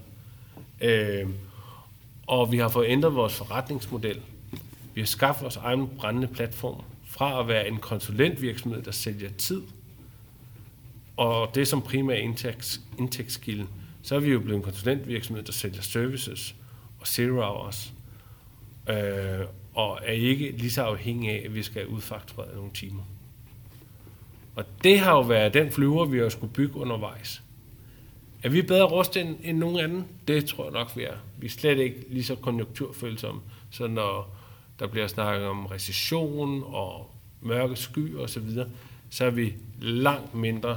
Og vi har fået ændret vores forretningsmodel. Vi har skaffet vores egen brændende platform fra at være en konsulentvirksomhed, der sælger tid, og det som primær indtægtskilde, så er vi jo blevet en konsulentvirksomhed, der sælger services og zero hours, og er ikke lige så afhængig af, at vi skal udfakturere nogle timer. Og det har jo været den flyver, vi har skulle bygge undervejs. Er vi bedre rustet end nogen anden? Det tror jeg nok, vi er. Vi er slet ikke lige så konjunkturfølsomme. Så når der bliver snakket om recession og mørke sky og så videre, så er vi langt mindre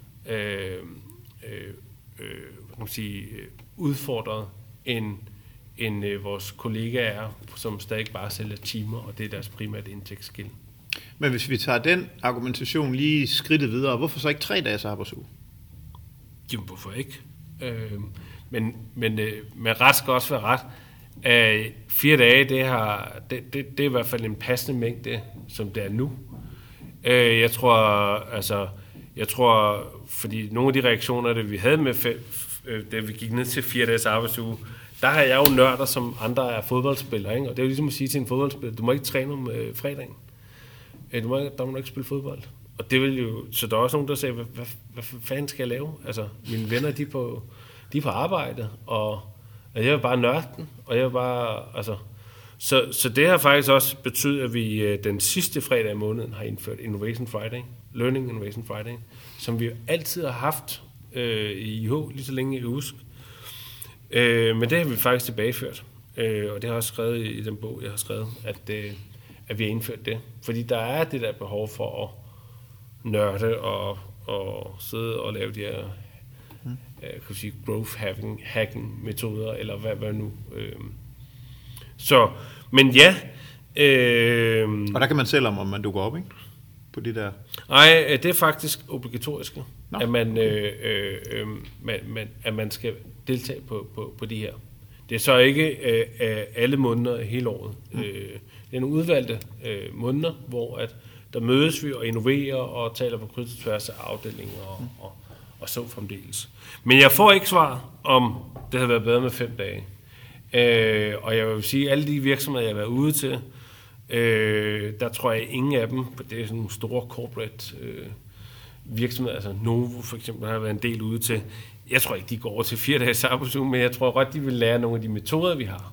udfordret end vores kollegaer, som stadig bare sælger timer, og det er deres primært indtægtskilde. Men hvis vi tager den argumentation lige skridtet videre, hvorfor så ikke 3 dages arbejdsuge? Jamen, hvorfor ikke? Men ret skal også være ret. 4 dage, det er i hvert fald en passende mængde, som det er nu. Jeg tror, fordi nogle af de reaktioner, det vi havde med, da vi gik ned til 4 dages arbejdsuge, der har jeg jo nørder, som andre er fodboldspillere, ikke? Og det er jo ligesom at sige til en fodboldspiller, du må ikke træne om fredagen. Der må du ikke spille fodbold. Og det vil jo, så der er også nogen, der siger, hvad fanden skal jeg lave? Altså, mine venner, de er på arbejde, og jeg vil bare nørde den, og jeg vil bare, altså... Så det har faktisk også betydet, at vi den sidste fredag i måneden har indført Innovation Friday, Learning Innovation Friday, som vi altid har haft i IH, lige så længe jeg kan huske. Men det har vi faktisk tilbageført. Og det har jeg også skrevet i den bog, jeg har skrevet, at vi har indført det. Fordi der er det der behov for at nørde og sidde og lave de her kan sige, growth hacking metoder, eller hvad nu. Så, men ja. Og der kan man selv om man dukker op, ikke? På de der... Nej, det er faktisk obligatorisk, at man skal deltage på de her. Det er så ikke alle måneder hele året. Det er nogle udvalgte måneder, hvor at der mødes vi og innoverer og taler på kryds og tværs af afdelinger og så fremdeles. Men jeg får ikke svar om, det havde været bedre med 5 dage. Og jeg vil sige, at alle de virksomheder, jeg har været ude til, der tror jeg ingen af dem, det er sådan nogle store corporate virksomheder, altså Novo for eksempel har jeg været en del ude til. Jeg tror ikke, de går over til 4 dages arbejdsuge, men jeg tror godt, de vil lære nogle af de metoder, vi har.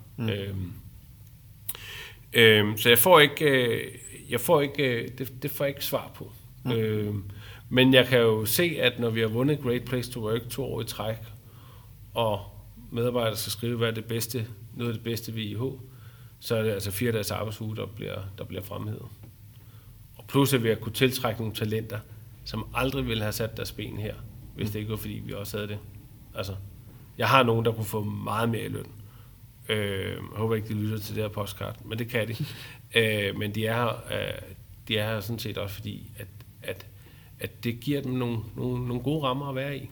Så jeg får ikke svar på. Men jeg kan jo se, at når vi har vundet Great Place to Work 2 år i træk, og medarbejdere skal skrive, hvad er det bedste, noget af det bedste ved IH, så er det altså 4 dages arbejdsuge, der bliver fremhævet. Og plus at vi har kunne tiltrække nogle talenter, som aldrig ville have sat deres ben her, hvis det ikke var, fordi vi også havde det. Altså, jeg har nogen, der kunne få meget mere i løn. Jeg håber ikke, de lytter til det her postkort, men det kan de. Men de er her sådan set også, fordi at det giver dem nogle gode rammer at være i.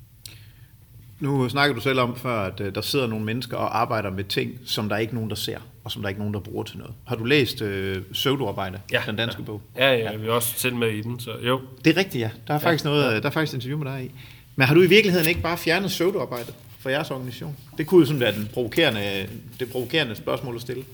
Nu snakker du selv om før, at der sidder nogle mennesker og arbejder med ting, som der ikke er nogen, der ser, og som der ikke er nogen, der bruger til noget. Har du læst Pseudoarbejde, den danske bog? Ja, vi er også selv med i den, så jo. Det er rigtigt, ja. Der er faktisk noget, der er faktisk et interview med dig i. Men har du i virkeligheden ikke bare fjernet pseudoarbejdet fra jeres organisation? Det kunne jo sådan være det provokerende spørgsmål at stille.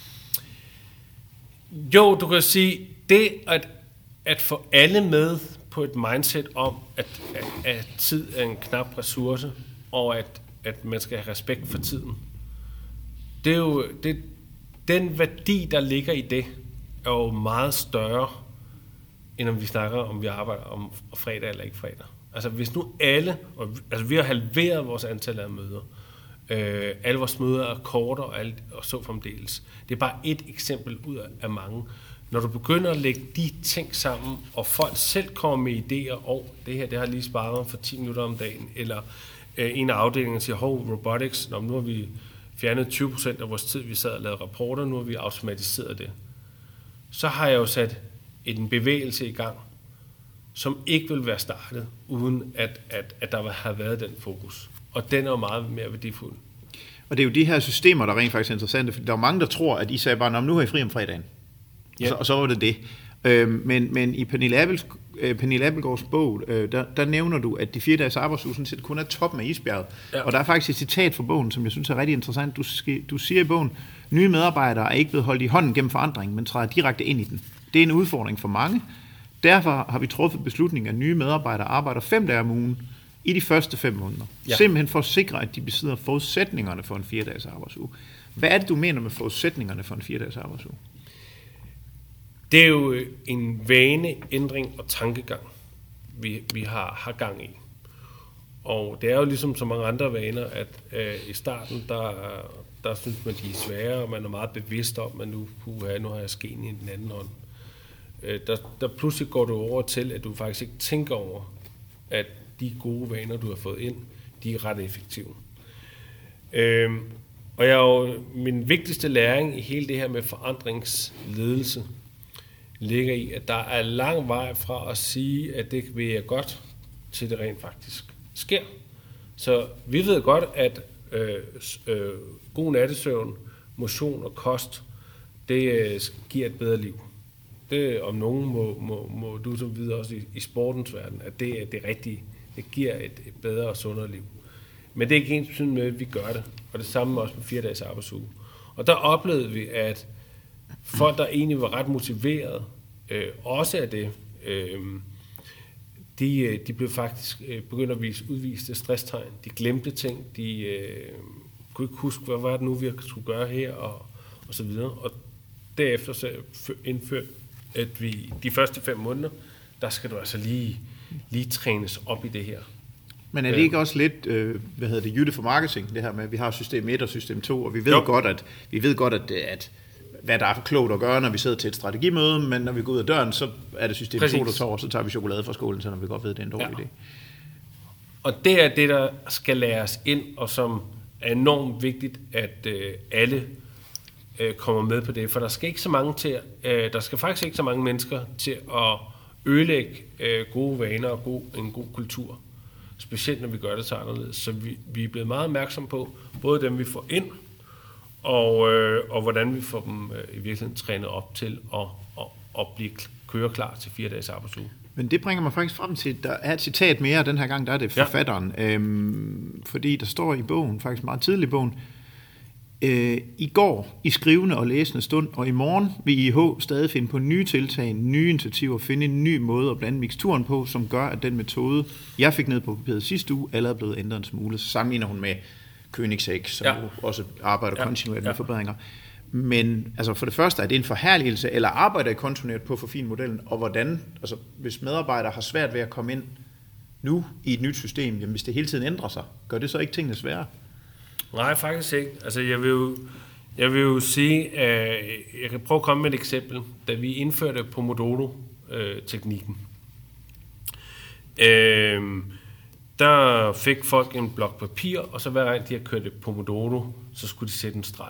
Jo, du kan sige, det at få alle med på et mindset om, at tid er en knap ressource, og at man skal have respekt for tiden. Det er jo den værdi, der ligger i det, er jo meget større, end om vi snakker om, vi arbejder om fredag eller ikke fredag. Altså hvis nu alle, altså vi har halveret vores antal af møder, alle vores møder er kortere og så fremdeles. Det er bare et eksempel ud af mange. Når du begynder at lægge de ting sammen, og folk selv kommer med idéer, og det har lige sparet for 10 minutter om dagen, eller en af afdelingerne siger, robotics, nu har vi fjernet 20% af vores tid, vi sad og lavede rapporter, nu har vi automatiseret det. Så har jeg jo sat en bevægelse i gang, som ikke vil være startet, uden at der har været den fokus. Og den er jo meget mere værdifuld. Og det er jo de her systemer, der rent faktisk er interessante, for der er mange, der tror, at I sagde bare, nu har I fri om fredagen. Ja. Og så var det. Men i Pernille Appelgaards bog, der nævner du, at de 4 dages arbejdsuge sådan set kun er toppen af isbjerget. Ja. Og der er faktisk et citat fra bogen, som jeg synes er rigtig interessant. Du siger i bogen, nye medarbejdere er ikke blevet holdt i hånden gennem forandring, men træder direkte ind i den. Det er en udfordring for mange. Derfor har vi truffet beslutningen, at nye medarbejdere arbejder 5 dage om ugen i de første 5 måneder. Ja. Simpelthen for at sikre, at de besidder forudsætningerne for en 4 dages arbejdsuge. Hvad er det, du mener med forudsætningerne for en 4 dages arbejdsuge? Det er jo en vaneændring og tankegang, vi har gang i. Og det er jo ligesom så mange andre vaner, at i starten, der synes man, de er svære, og man er meget bevidst om, at nu har jeg skeen i den anden hånd. Der pludselig går du over til, at du faktisk ikke tænker over, at de gode vaner, du har fået ind, de er ret effektive. Og min vigtigste læring i hele det her med forandringsledelse, ligger i, at der er lang vej fra at sige, at det vil jeg godt, til det rent faktisk sker. Så vi ved godt, at god nattesøvn, motion og kost, det giver et bedre liv. Det om nogen må du som videre også i sportens verden, at det er det rigtige. Det giver et bedre og sundere liv. Men det er ikke ensbetydende med, at vi gør det. Og det samme også med 4 dages arbejdsuge. Og der oplevede vi, at folk, der egentlig var ret motiveret, også af det, de blev faktisk begyndt at udvise stresstegn. De glemte ting, de kunne ikke huske, hvad var det nu, vi skulle gøre her, og så videre. Og derefter så indførte, at vi de første 5 måneder, der skal du altså lige trænes op i det her. Men er det ikke også lidt, jytte for marketing, det her med, at vi har system 1 og system 2, og vi ved godt, at hvad der er for klogt at gøre, når vi sidder til et strategimøde, men når vi går ud af døren, så er det system 2, der tager, så tager vi chokolade fra skålen, så når vi godt ved, at det er en dårlig idé. Og det er det, der skal læres ind, og som er enormt vigtigt, at alle kommer med på det, for der skal faktisk ikke så mange mennesker til at ødelægge gode vaner og en god kultur. Specielt når vi gør det så anderledes. Så vi er blevet meget opmærksomme på, både dem vi får ind, og hvordan vi får dem i virkeligheden trænet op til at blive køreklar til 4 dages arbejdsuge. Men det bringer mig faktisk frem til, der er et citat mere, den her gang der er det forfatteren. Fordi der står i bogen, faktisk meget tidligt i bogen, i går i skrivende og læsende stund, og i morgen vil IH stadig finde på nye tiltag, nye initiativer, finde en ny måde at blande miksturen på, som gør, at den metode, jeg fik ned på papiret sidste uge, allerede er blevet ændret en smule. Så sammenligner hun med Koenigsegg, som også arbejder kontinuerligt med forbedringer. Men altså for det første, er det en forherligelse, eller arbejder I kontinuerligt på at forfine modellen, og hvordan, altså hvis medarbejdere har svært ved at komme ind nu i et nyt system, jamen hvis det hele tiden ændrer sig, gør det så ikke tingene sværere? Nej, faktisk ikke. Altså jeg vil jo sige, at jeg kan prøve at komme med et eksempel. Da vi indførte Pomodoro-teknikken, der fik folk en blok papir, og så hver gang de har kørt et Pomodoro, så skulle de sætte en streg.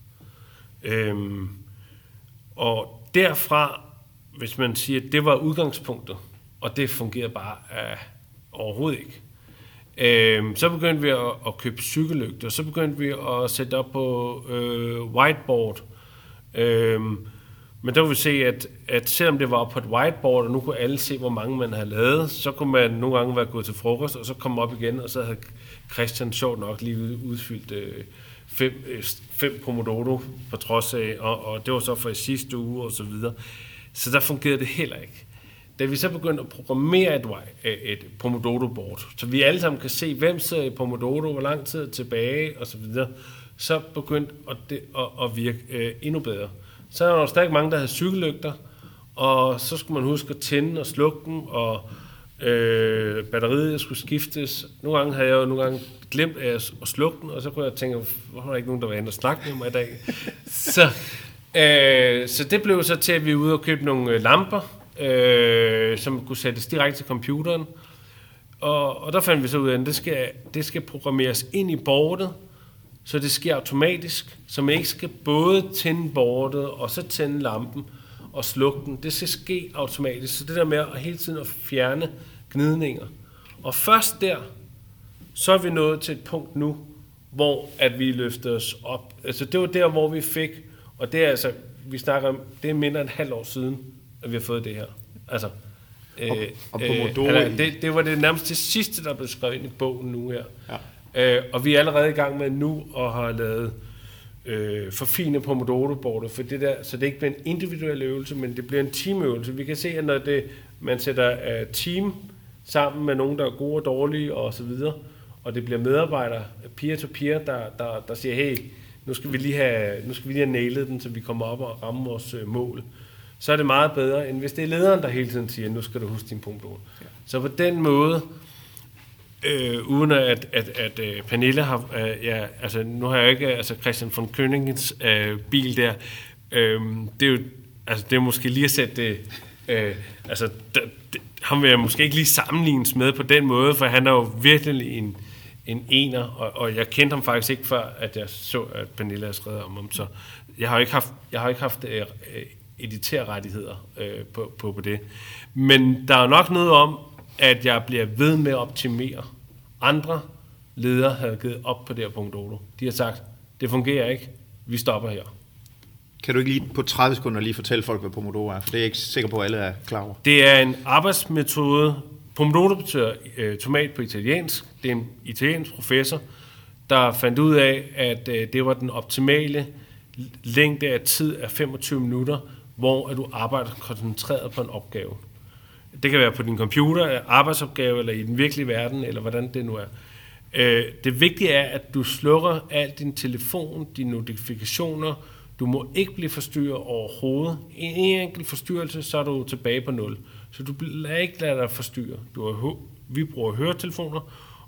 Og derfra, hvis man siger, at det var udgangspunktet, og det fungerede bare overhovedet ikke, så begyndte vi at købe cykellygter, så begyndte vi at sætte op på whiteboard. Men der vil vi se, at selvom det var på et whiteboard, og nu kunne alle se, hvor mange man havde lavet, så kunne man nogle gange være gået til frokost, og så komme op igen, og så havde Christian sjovt nok lige udfyldt 5 Pomodoro på trods af, og det var så for i sidste uge og så videre. Så der fungerede det heller ikke. Da vi så begyndte at programmere et Pomodoro-board, så vi alle sammen kan se, hvem sidder i Pomodoro, hvor lang tid er tilbage og så videre, så begyndte det at virke endnu bedre. Så er der stadig mange, der havde cykellygter, og så skulle man huske at tænde og slukke dem, og batteriet skulle skiftes. Nogle gange havde jeg jo glemt at slukke den, og så kunne jeg tænke, hvorfor er der ikke nogen, der var inde og snakke med mig i dag? Så det blev så til, at vi er ude og købe nogle lamper, som kunne sættes direkte til computeren. Og der fandt vi så ud af, at det skal programmeres ind i boardet, så det sker automatisk, så man ikke skal både tænde boardet og så tænde lampen og slukke den. Det skal ske automatisk. Så det der med at hele tiden at fjerne gnidninger. Og først der, så er vi nået til et punkt nu, hvor at vi løftede os op. Altså det var der, hvor vi fik, og det er altså, vi snakker om, det er mindre end et halvt år siden, at vi har fået det her. Altså, og Pomodoro... det var det nærmest det sidste, der blev skrevet ind i bogen nu her. Ja. Og vi er allerede i gang med nu at have lavet forfine Pomodoro-bordet, for det der, så det ikke bliver en individuel øvelse, men det bliver en teamøvelse. Vi kan se, at når man sætter team sammen med nogen, der er gode og dårlige og så videre, og det bliver medarbejdere, peer-to-peer, der siger, hey, nu skal vi lige have nailet den, så vi kommer op og rammer vores mål. Så er det meget bedre, end hvis det er lederen, der hele tiden siger, nu skal du huske din Pomodoro. Ja. Så på den måde, uden at Pernille har, altså nu har jeg ikke, altså Christian von Königens bil der, det er jo, altså det er måske lige at sætte det, ham vil jeg måske ikke lige sammenlignes med på den måde, for han er jo virkelig en ener, og jeg kendte ham faktisk ikke før, at jeg så, at Pernille havde skrevet om ham, så jeg har ikke haft editerrettigheder på det. Men der er nok noget om, at jeg bliver ved med at optimere. Andre ledere havde givet op på det her Pomodoro. De har sagt, det fungerer ikke, vi stopper her. Kan du ikke lige på 30 sekunder lige fortælle folk, hvad Pomodoro er? For det er jeg ikke sikker på, at alle er klar over. Det er en arbejdsmetode. Pomodoro betyder tomat på italiensk. Det er en italiensk professor, der fandt ud af, at det var den optimale længde af tid af 25 minutter, hvor du arbejder koncentreret på en opgave. Det kan være på din computer, arbejdsopgave, eller i den virkelige verden, eller hvordan det nu er. Det vigtige er, at du slukker al din telefon, dine notifikationer. Du må ikke blive forstyrret overhovedet. En enkelt forstyrrelse, så er du tilbage på 0. Så du lader ikke lade dig forstyrre. Vi bruger høretelefoner,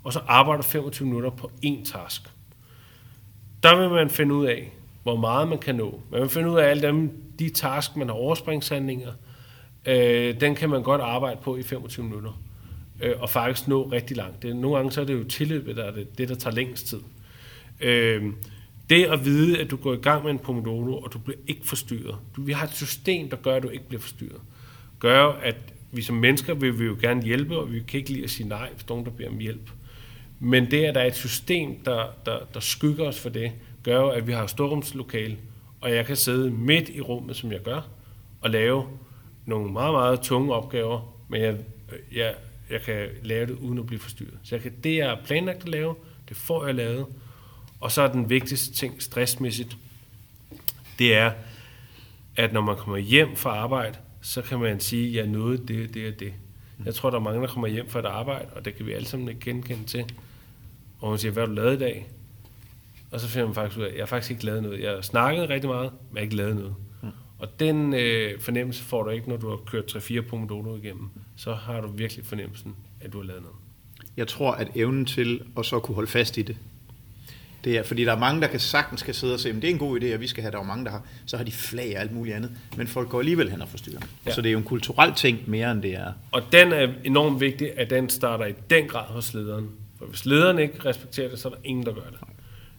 og så arbejder 25 minutter på én task. Der vil man finde ud af, hvor meget man kan nå. Man vil finde ud af alle de task, man har overspringshandlinger, den kan man godt arbejde på i 25 minutter, og faktisk nå rigtig langt. Nogle gange så er det jo tilløbet, der er det, der tager længst tid. Det at vide, at du går i gang med en Pomodoro, og du bliver ikke forstyrret. Vi har et system, der gør, at du ikke bliver forstyrret. Gør, at vi som mennesker vil jo gerne hjælpe, og vi kan ikke lide at sige nej, hvis nogen der beder om hjælp. Men det, at der er et system, der skygger os for det, gør jo, at vi har et storrumslokale, og jeg kan sidde midt i rummet, som jeg gør, og lave nogle meget, meget tunge opgaver, men jeg kan lave det uden at blive forstyrret. Så det, jeg er planlagt at lave, det får jeg lavet. Og så er den vigtigste ting stressmæssigt, det er, at når man kommer hjem fra arbejde, så kan man sige, at jeg nåede det og det. Jeg tror, der er mange, der kommer hjem fra et arbejde, og det kan vi alle sammen genkende til. Og man siger, hvad har du lavet i dag? Og så finder man faktisk ud af, at jeg har faktisk ikke lavet noget. Jeg har snakket rigtig meget, men jeg har ikke lavet noget. Og den fornemmelse får du ikke, når du har kørt 3-4 Pomodoro igennem. Så har du virkelig fornemmelsen, at du har lavet noget. Jeg tror, at evnen til at så kunne holde fast i det, det er, fordi der er mange, der sagtens kan sidde og se, men det er en god idé, og vi skal have, der er mange, der har, så har de flag og alt muligt andet, men folk går alligevel hen og forstyrrer. Ja. Så det er jo en kulturel ting mere, end det er. Og den er enormt vigtig, at den starter i den grad hos lederen. For hvis lederen ikke respekterer det, så er der ingen, der gør det.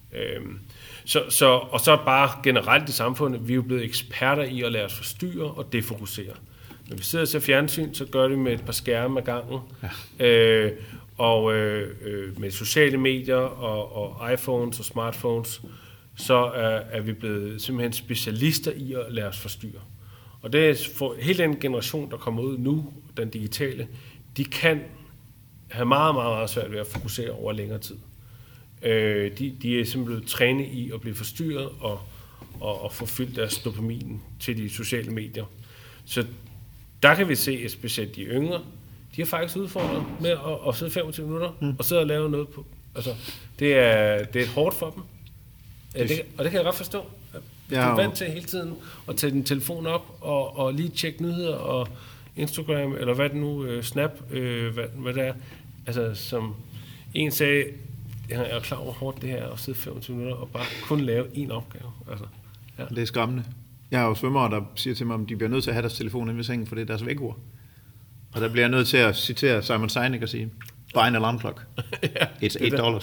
Og så bare generelt i samfundet, vi er jo blevet eksperter i at lade os forstyrre og defokusere. Når vi sidder og ser fjernsyn, så gør det med et par skærme ad gangen. Ja. Og med sociale medier og iPhones og smartphones, så er vi blevet simpelthen specialister i at lade os forstyrre. Og det er for hele den generation, der kommer ud nu, den digitale, de kan have meget, meget, meget svært ved at fokusere over længere tid. De er simpelthen blevet trænet i at blive forstyrret og få fyldt deres dopamin til de sociale medier. Så der kan vi se, at specielt de yngre, de er faktisk udfordret med at sidde 25 minutter og sidde og lave noget på. Altså, det er hårdt for dem. Og det kan jeg godt forstå. Du er vant til hele tiden at tage din telefon op og lige tjekke nyheder og Instagram, eller hvad det nu, Snap, hvad det er. Altså, som en sagde, jeg er klar over hårdt det her at sidde 25 minutter og bare kun lave én opgave. Altså, ja. Det er skræmmende. Jeg har jo svømmere, der siger til mig, om de bliver nødt til at have deres telefon inde ved sengen, for det er deres vækord. Og der bliver jeg nødt til at citere Simon Sinek og sige, buy an alarm clock. It's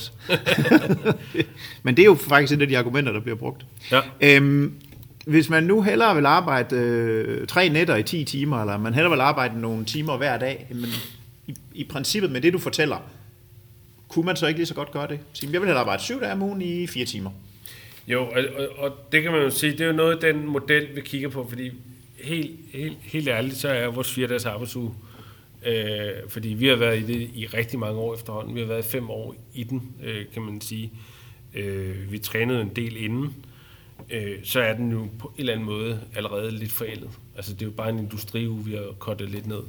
$8. Men det er jo faktisk et af de argumenter, der bliver brugt. Ja. Hvis man nu hellere vil arbejde 3 nætter i 10 timer, eller man hellere vil arbejde nogle timer hver dag, men i princippet med det, du fortæller, kunne man så ikke lige så godt gøre det? Jeg vil hellere arbejde 7 dage om ugen i 4 timer. Jo, og det kan man jo sige, det er jo noget af den model, vi kigger på, fordi helt ærligt, så er vores 4-dages arbejdsuge, fordi vi har været i det i rigtig mange år efterhånden. Vi har været 5 år i den, kan man sige. Vi trænede en del inden, så er den jo på en eller anden måde allerede lidt forældet. Altså det er jo bare en industriuge, vi har kortet lidt ned.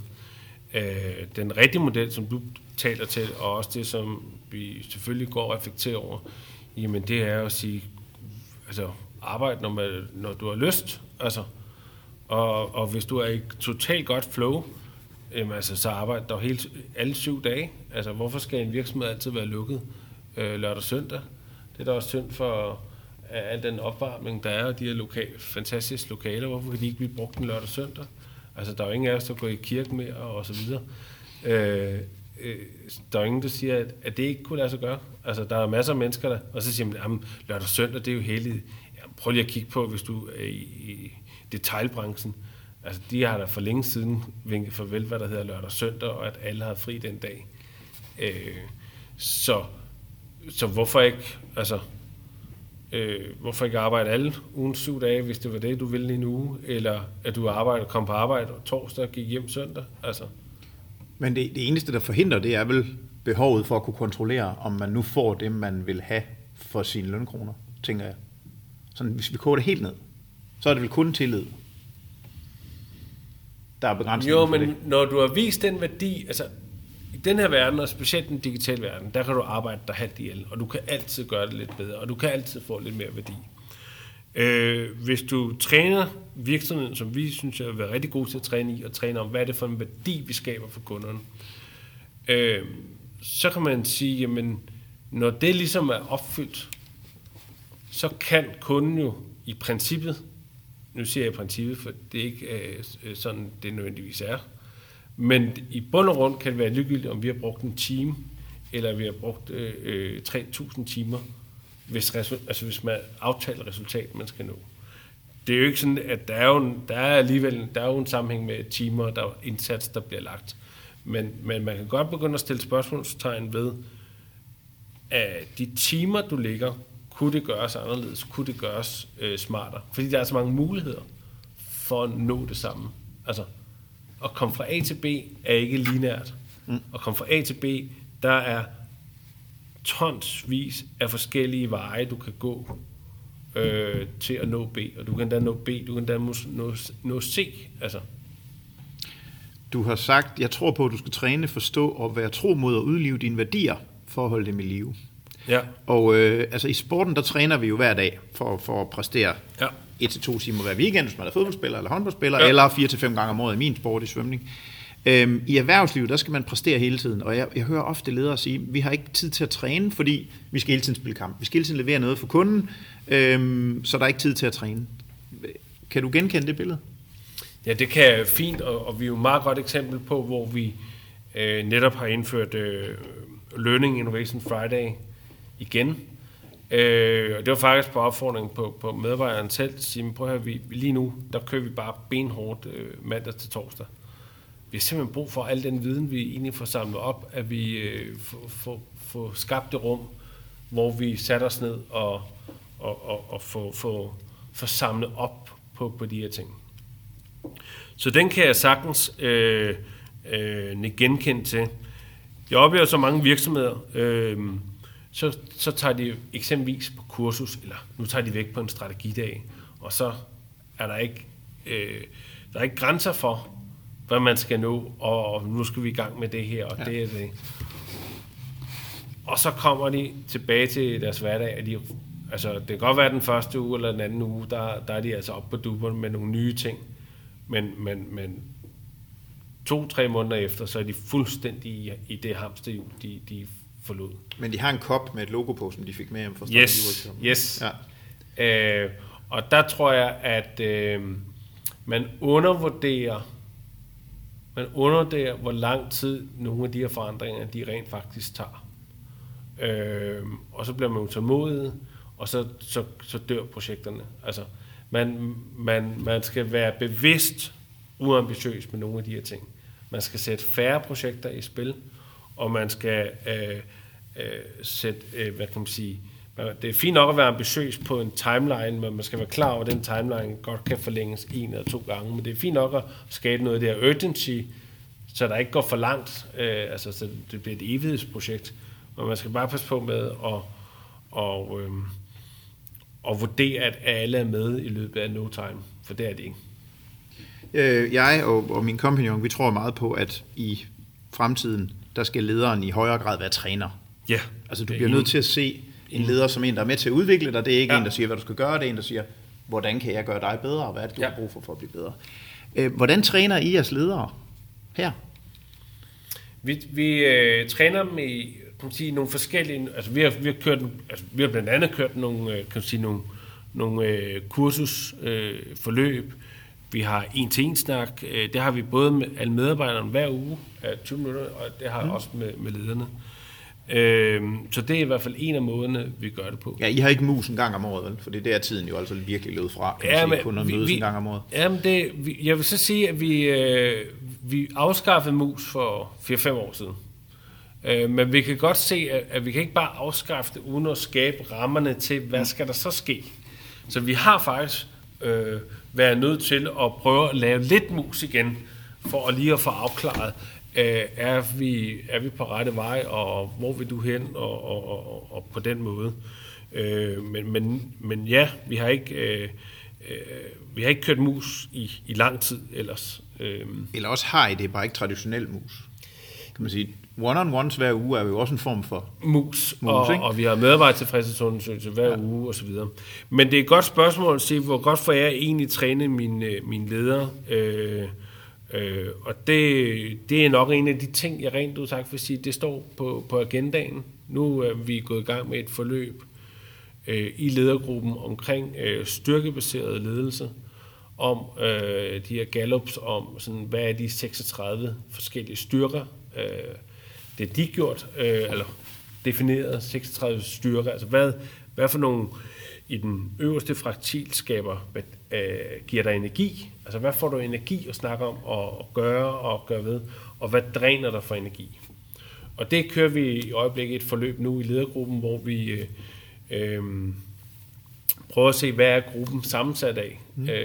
Den rigtige model, som du taler til, og også det, som vi selvfølgelig går og reflekterer over, jamen det er at sige, altså arbejde, når du har lyst, altså, og hvis du er i totalt godt flow, altså, så arbejder der alle 7 dage. Altså, hvorfor skal en virksomhed altid være lukket lørdag og søndag? Det er da også synd for al den opvarmning, der er, og de her fantastiske lokaler. Hvorfor kan de ikke blive brugt den lørdag og søndag? Altså, der er jo ingen af os, der går i kirke mere, og så videre. Der er ingen, der siger, at det ikke kunne lade sig gøre. Altså, der er masser af mennesker der, og så siger man, at lørdag og søndag, det er jo heldigt. Ja, prøv lige at kigge på, hvis du er i detailbranchen. Altså, de har da for længe siden vinket farvel, hvad der hedder lørdag og søndag, og at alle har fri den dag. Så hvorfor ikke, altså, hvorfor ikke arbejde alle ugens 7 dage, hvis det var det, du ville i en uge, eller at du kom på arbejde torsdag og gik hjem søndag, altså. Men det eneste, der forhindrer, det er vel behovet for at kunne kontrollere, om man nu får det, man vil have for sine lønkroner, tænker jeg. Sådan, hvis vi koger det helt ned, så er det vel kun tillid, der er begrænsninger. Jo, men når du har vist den værdi, altså i den her verden, og specielt den digitale verden, der kan du arbejde dig halvt ihjel, og du kan altid gøre det lidt bedre, og du kan altid få lidt mere værdi. Hvis du træner virksomheden, som vi synes jeg vil være rigtig gode til at træne i, og træne om, hvad er det for en værdi, vi skaber for kunderne, så kan man sige, jamen, når det ligesom er opfyldt, så kan kunden jo i princippet, nu siger jeg i princippet, for det er ikke sådan, det nødvendigvis er, men i bund og grund kan det være ligegyldigt, om vi har brugt en time, eller vi har brugt 3.000 timer, hvis man aftaler resultat, man skal nå. Det er jo ikke sådan, at der er jo en sammenhæng med timer, der er indsats, der bliver lagt. Men man kan godt begynde at stille spørgsmålstegn ved, at de timer, du lægger, kunne det gøres anderledes? Kunne det gøres smartere? Fordi der er så mange muligheder for at nå det samme. Altså, at komme fra A til B er ikke lineært. At komme fra A til B, der er tonsvis af forskellige veje, du kan gå til at nå B. Og du kan da nå B, du kan da nå C. Altså. Du har sagt, jeg tror på, at du skal træne, forstå og være tro mod at udleve dine værdier for at holde dem i live. Ja. Og i sporten, der træner vi jo hver dag for at præstere 1-2 timer hver weekend, hvis man er fodboldspiller eller håndboldspiller, eller 4-5 gange om året i min sport i svømning. I erhvervslivet, der skal man præstere hele tiden, og jeg hører ofte ledere sige, vi har ikke tid til at træne, fordi vi skal hele tiden spille kamp. Vi skal hele tiden levere noget for kunden, så der er ikke tid til at træne. Kan du genkende det billede? Ja, det kan jeg fint, og vi er jo et meget godt eksempel på, hvor vi netop har indført Learning Innovation Friday igen. Og det var faktisk på opfordring på medarbejderen selv, at sige, prøv at høre, lige nu, der kører vi bare benhårdt mandag til torsdag. Vi har simpelthen brug for al den viden, vi egentlig får samlet op, at vi får skabt det rum, hvor vi satte os ned og får samlet op på de her ting. Så den kan jeg sagtens genkende til. Jeg oplever så mange virksomheder, så tager de eksempelvis på kursus, eller nu tager de væk på en strategidag, og så er der ikke grænser for, hvad man skal nå, og nu skal vi i gang med det her, og det er det. Og så kommer de tilbage til deres hverdag, og det kan godt være den første uge eller den anden uge, der er de altså oppe på dupperne med nogle nye ting, men 2-3 måneder efter, så er de fuldstændig i det hamsterhjul, de forlod. Men de har en kop med et logo på, som de fik med hjem fra strategiworkshoppen. Yes. Ja. Og der tror jeg, at man undervurderer, hvor lang tid nogle af de her forandringer, de rent faktisk tager. Og så bliver man utålmodig, og så dør projekterne. Altså, man skal være bevidst uambitiøs med nogle af de her ting. Man skal sætte færre projekter i spil, og man skal sætte, hvad kan man sige, det er fint nok at være ambitiøs på en timeline, men man skal være klar over, at den timeline godt kan forlænges 1 eller 2 gange, men det er fint nok at skabe noget af det her urgency, så der ikke går for langt, så det bliver et evighedsprojekt, men man skal bare passe på med at vurdere, at alle er med i løbet af no time, for det er det ikke. Jeg og min kompagnon, vi tror meget på, at i fremtiden, der skal lederen i højere grad være træner. Ja. Altså du bliver nødt til at se en leder som en, der er med til at udvikle dig. Det er ikke en, der siger, hvad du skal gøre. Det er en, der siger, hvordan kan jeg gøre dig bedre, og hvad er det, du har brug for at blive bedre. Hvordan træner I jeres ledere her? Vi træner dem i, kan man sige, nogle forskellige. Altså vi har blandt andet kørt nogle, kan man sige, nogle kursusforløb. Vi har 1-til-1-snak. Det har vi både med alle medarbejderne hver uge af 20 minutter, og det har også med lederne. Så det er i hvert fald en af måderne, vi gør det på. Ja, I har ikke mus en gang om året, vel? For det er der tiden jo altså virkelig lød fra, kan man sige, kun at mødes en gang om året. Jamen, jeg vil så sige, at vi afskaffede mus for 4-5 år siden. Men vi kan godt se, at vi kan ikke bare afskaffe det, uden at skabe rammerne til, hvad skal der så ske. Så vi har faktisk været nødt til at prøve at lave lidt mus igen, for at lige at få afklaret, er vi på rette vej, og hvor vil du hen, og på den måde. Men ja, vi har ikke kørt mus i lang tid ellers. Eller også har I det, bare ikke traditionel mus. Kan man sige, one-on-ones hver uge er jo også en form for mus og vi har medarbejdertilfredshedsundersøgelse hver uge osv. Men det er et godt spørgsmål at sige, hvor godt får jeg egentlig træne mine ledere. Og det er nok en af de ting, jeg rent ud sagt vil sige, det står på agendaen. Nu er vi gået i gang med et forløb i ledergruppen omkring styrkebaseret ledelse, om de her gallups, om sådan, hvad er de 36 forskellige styrker. Det er de gjort, eller defineret 36 styrker, altså hvad for nogle i den øverste fraktil giver dig energi, altså hvad får du energi at snakke om og gøre ved, og hvad dræner dig for energi. Og det kører vi i øjeblikket et forløb nu i ledergruppen, hvor vi prøver at se, hvad er gruppen sammensat af,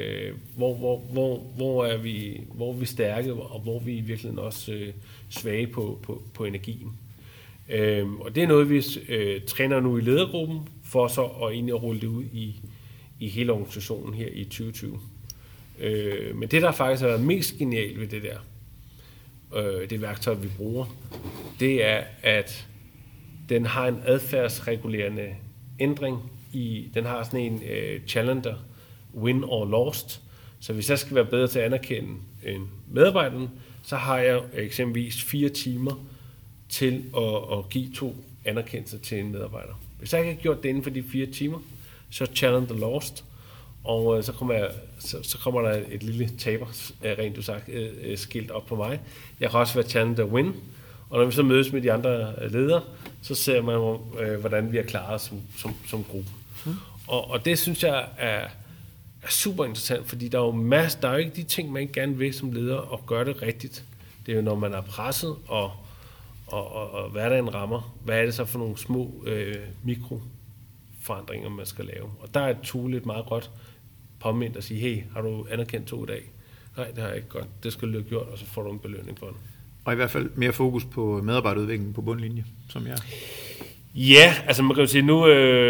hvor er vi stærke, og hvor er vi i virkeligheden også svage på energien. Og det er noget, vi træner nu i ledergruppen, for så at egentlig rulle det ud i hele organisationen her i 2020. Men det, der faktisk har været mest genialt ved det der, det værktøj, vi bruger, det er, at den har en adfærdsregulerende ændring den har sådan en challenger, win or lost. Så hvis jeg skal være bedre til at anerkende en medarbejder, så har jeg eksempelvis 4 timer til at give 2 anerkendelser til en medarbejder. Hvis jeg ikke har gjort det inden for de 4 timer, så challenger lost, og så kommer der et lille taber, rent du sagt, skilt op på mig. Jeg kan også være challenger win, og når vi så mødes med de andre ledere, så ser man, hvordan vi er klaret som gruppe. Og det synes jeg er super interessant, fordi der er jo ikke de ting, man ikke gerne vil som leder, og gøre det rigtigt. Det er jo, når man er presset, og hverdagen rammer, hvad er det så for nogle små mikroforandringer, man skal lave. Og der er et tool et meget godt påmindt at sige, hey, har du anerkendt 2 i dag? Nej, det har jeg ikke godt. Det skal du have gjort, og så får du en belønning for det. Og i hvert fald mere fokus på medarbejderudviklingen på bundlinje, som jeg. Ja, altså man kan jo sige nu,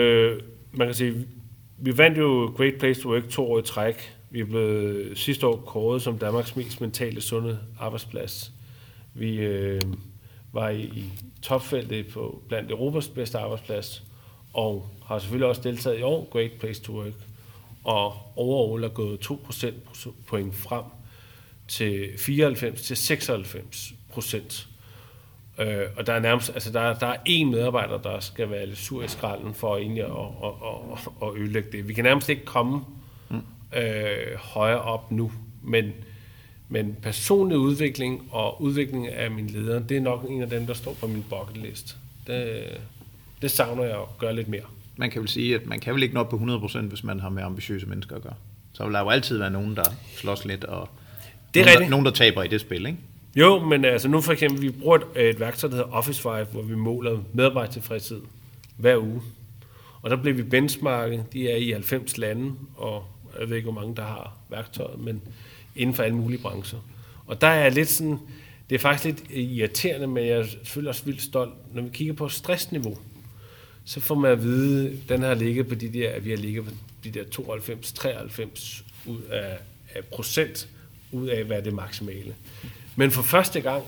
vi vandt jo Great Place to Work 2 år i træk. Vi er blevet sidste år kåret som Danmarks mest mentale sunde arbejdsplads. Vi var i topfeltet blandt Europas bedste arbejdsplads, og har selvfølgelig også deltaget i år Great Place to Work, og overall er gået 2% point frem til 94 til 96%. Og der er nærmest, altså der er én medarbejder, der skal være lidt sur i skralden for egentlig at ødelægge det. Vi kan nærmest ikke komme højere op nu, men personlig udvikling og udvikling af mine ledere, det er nok en af dem, der står på min bucket list. Det savner jeg at gøre lidt mere. Man kan vel sige, at man kan vel ikke nå op på 100%, hvis man har med ambitiøse mennesker at gøre. Så vil der jo altid være nogen, der slås lidt, og nogen, der taber i det spil, ikke? Jo, men altså nu for eksempel, vi bruger et værktøj, der hedder Office 5, hvor vi måler medarbejdertilfredshed hver uge. Og der bliver vi benchmarket. De er i 90 lande, og jeg ved ikke, hvor mange der har værktøjet, men inden for alle mulige brancher. Og der er lidt sådan, det er faktisk lidt irriterende, men jeg er selvfølgelig også vildt stolt. Når vi kigger på stressniveau, så får man at vide, den har ligget på vi har ligget på de der 92-93 ud af procent, ud af hvad er det maksimale. Men for første gang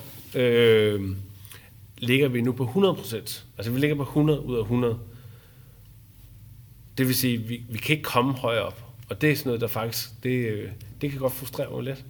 ligger vi nu på 100%. Altså vi ligger på 100 ud af 100. Det vil sige, vi kan ikke komme højere op. Og det er sådan noget, der faktisk, det kan godt frustrere mig lidt,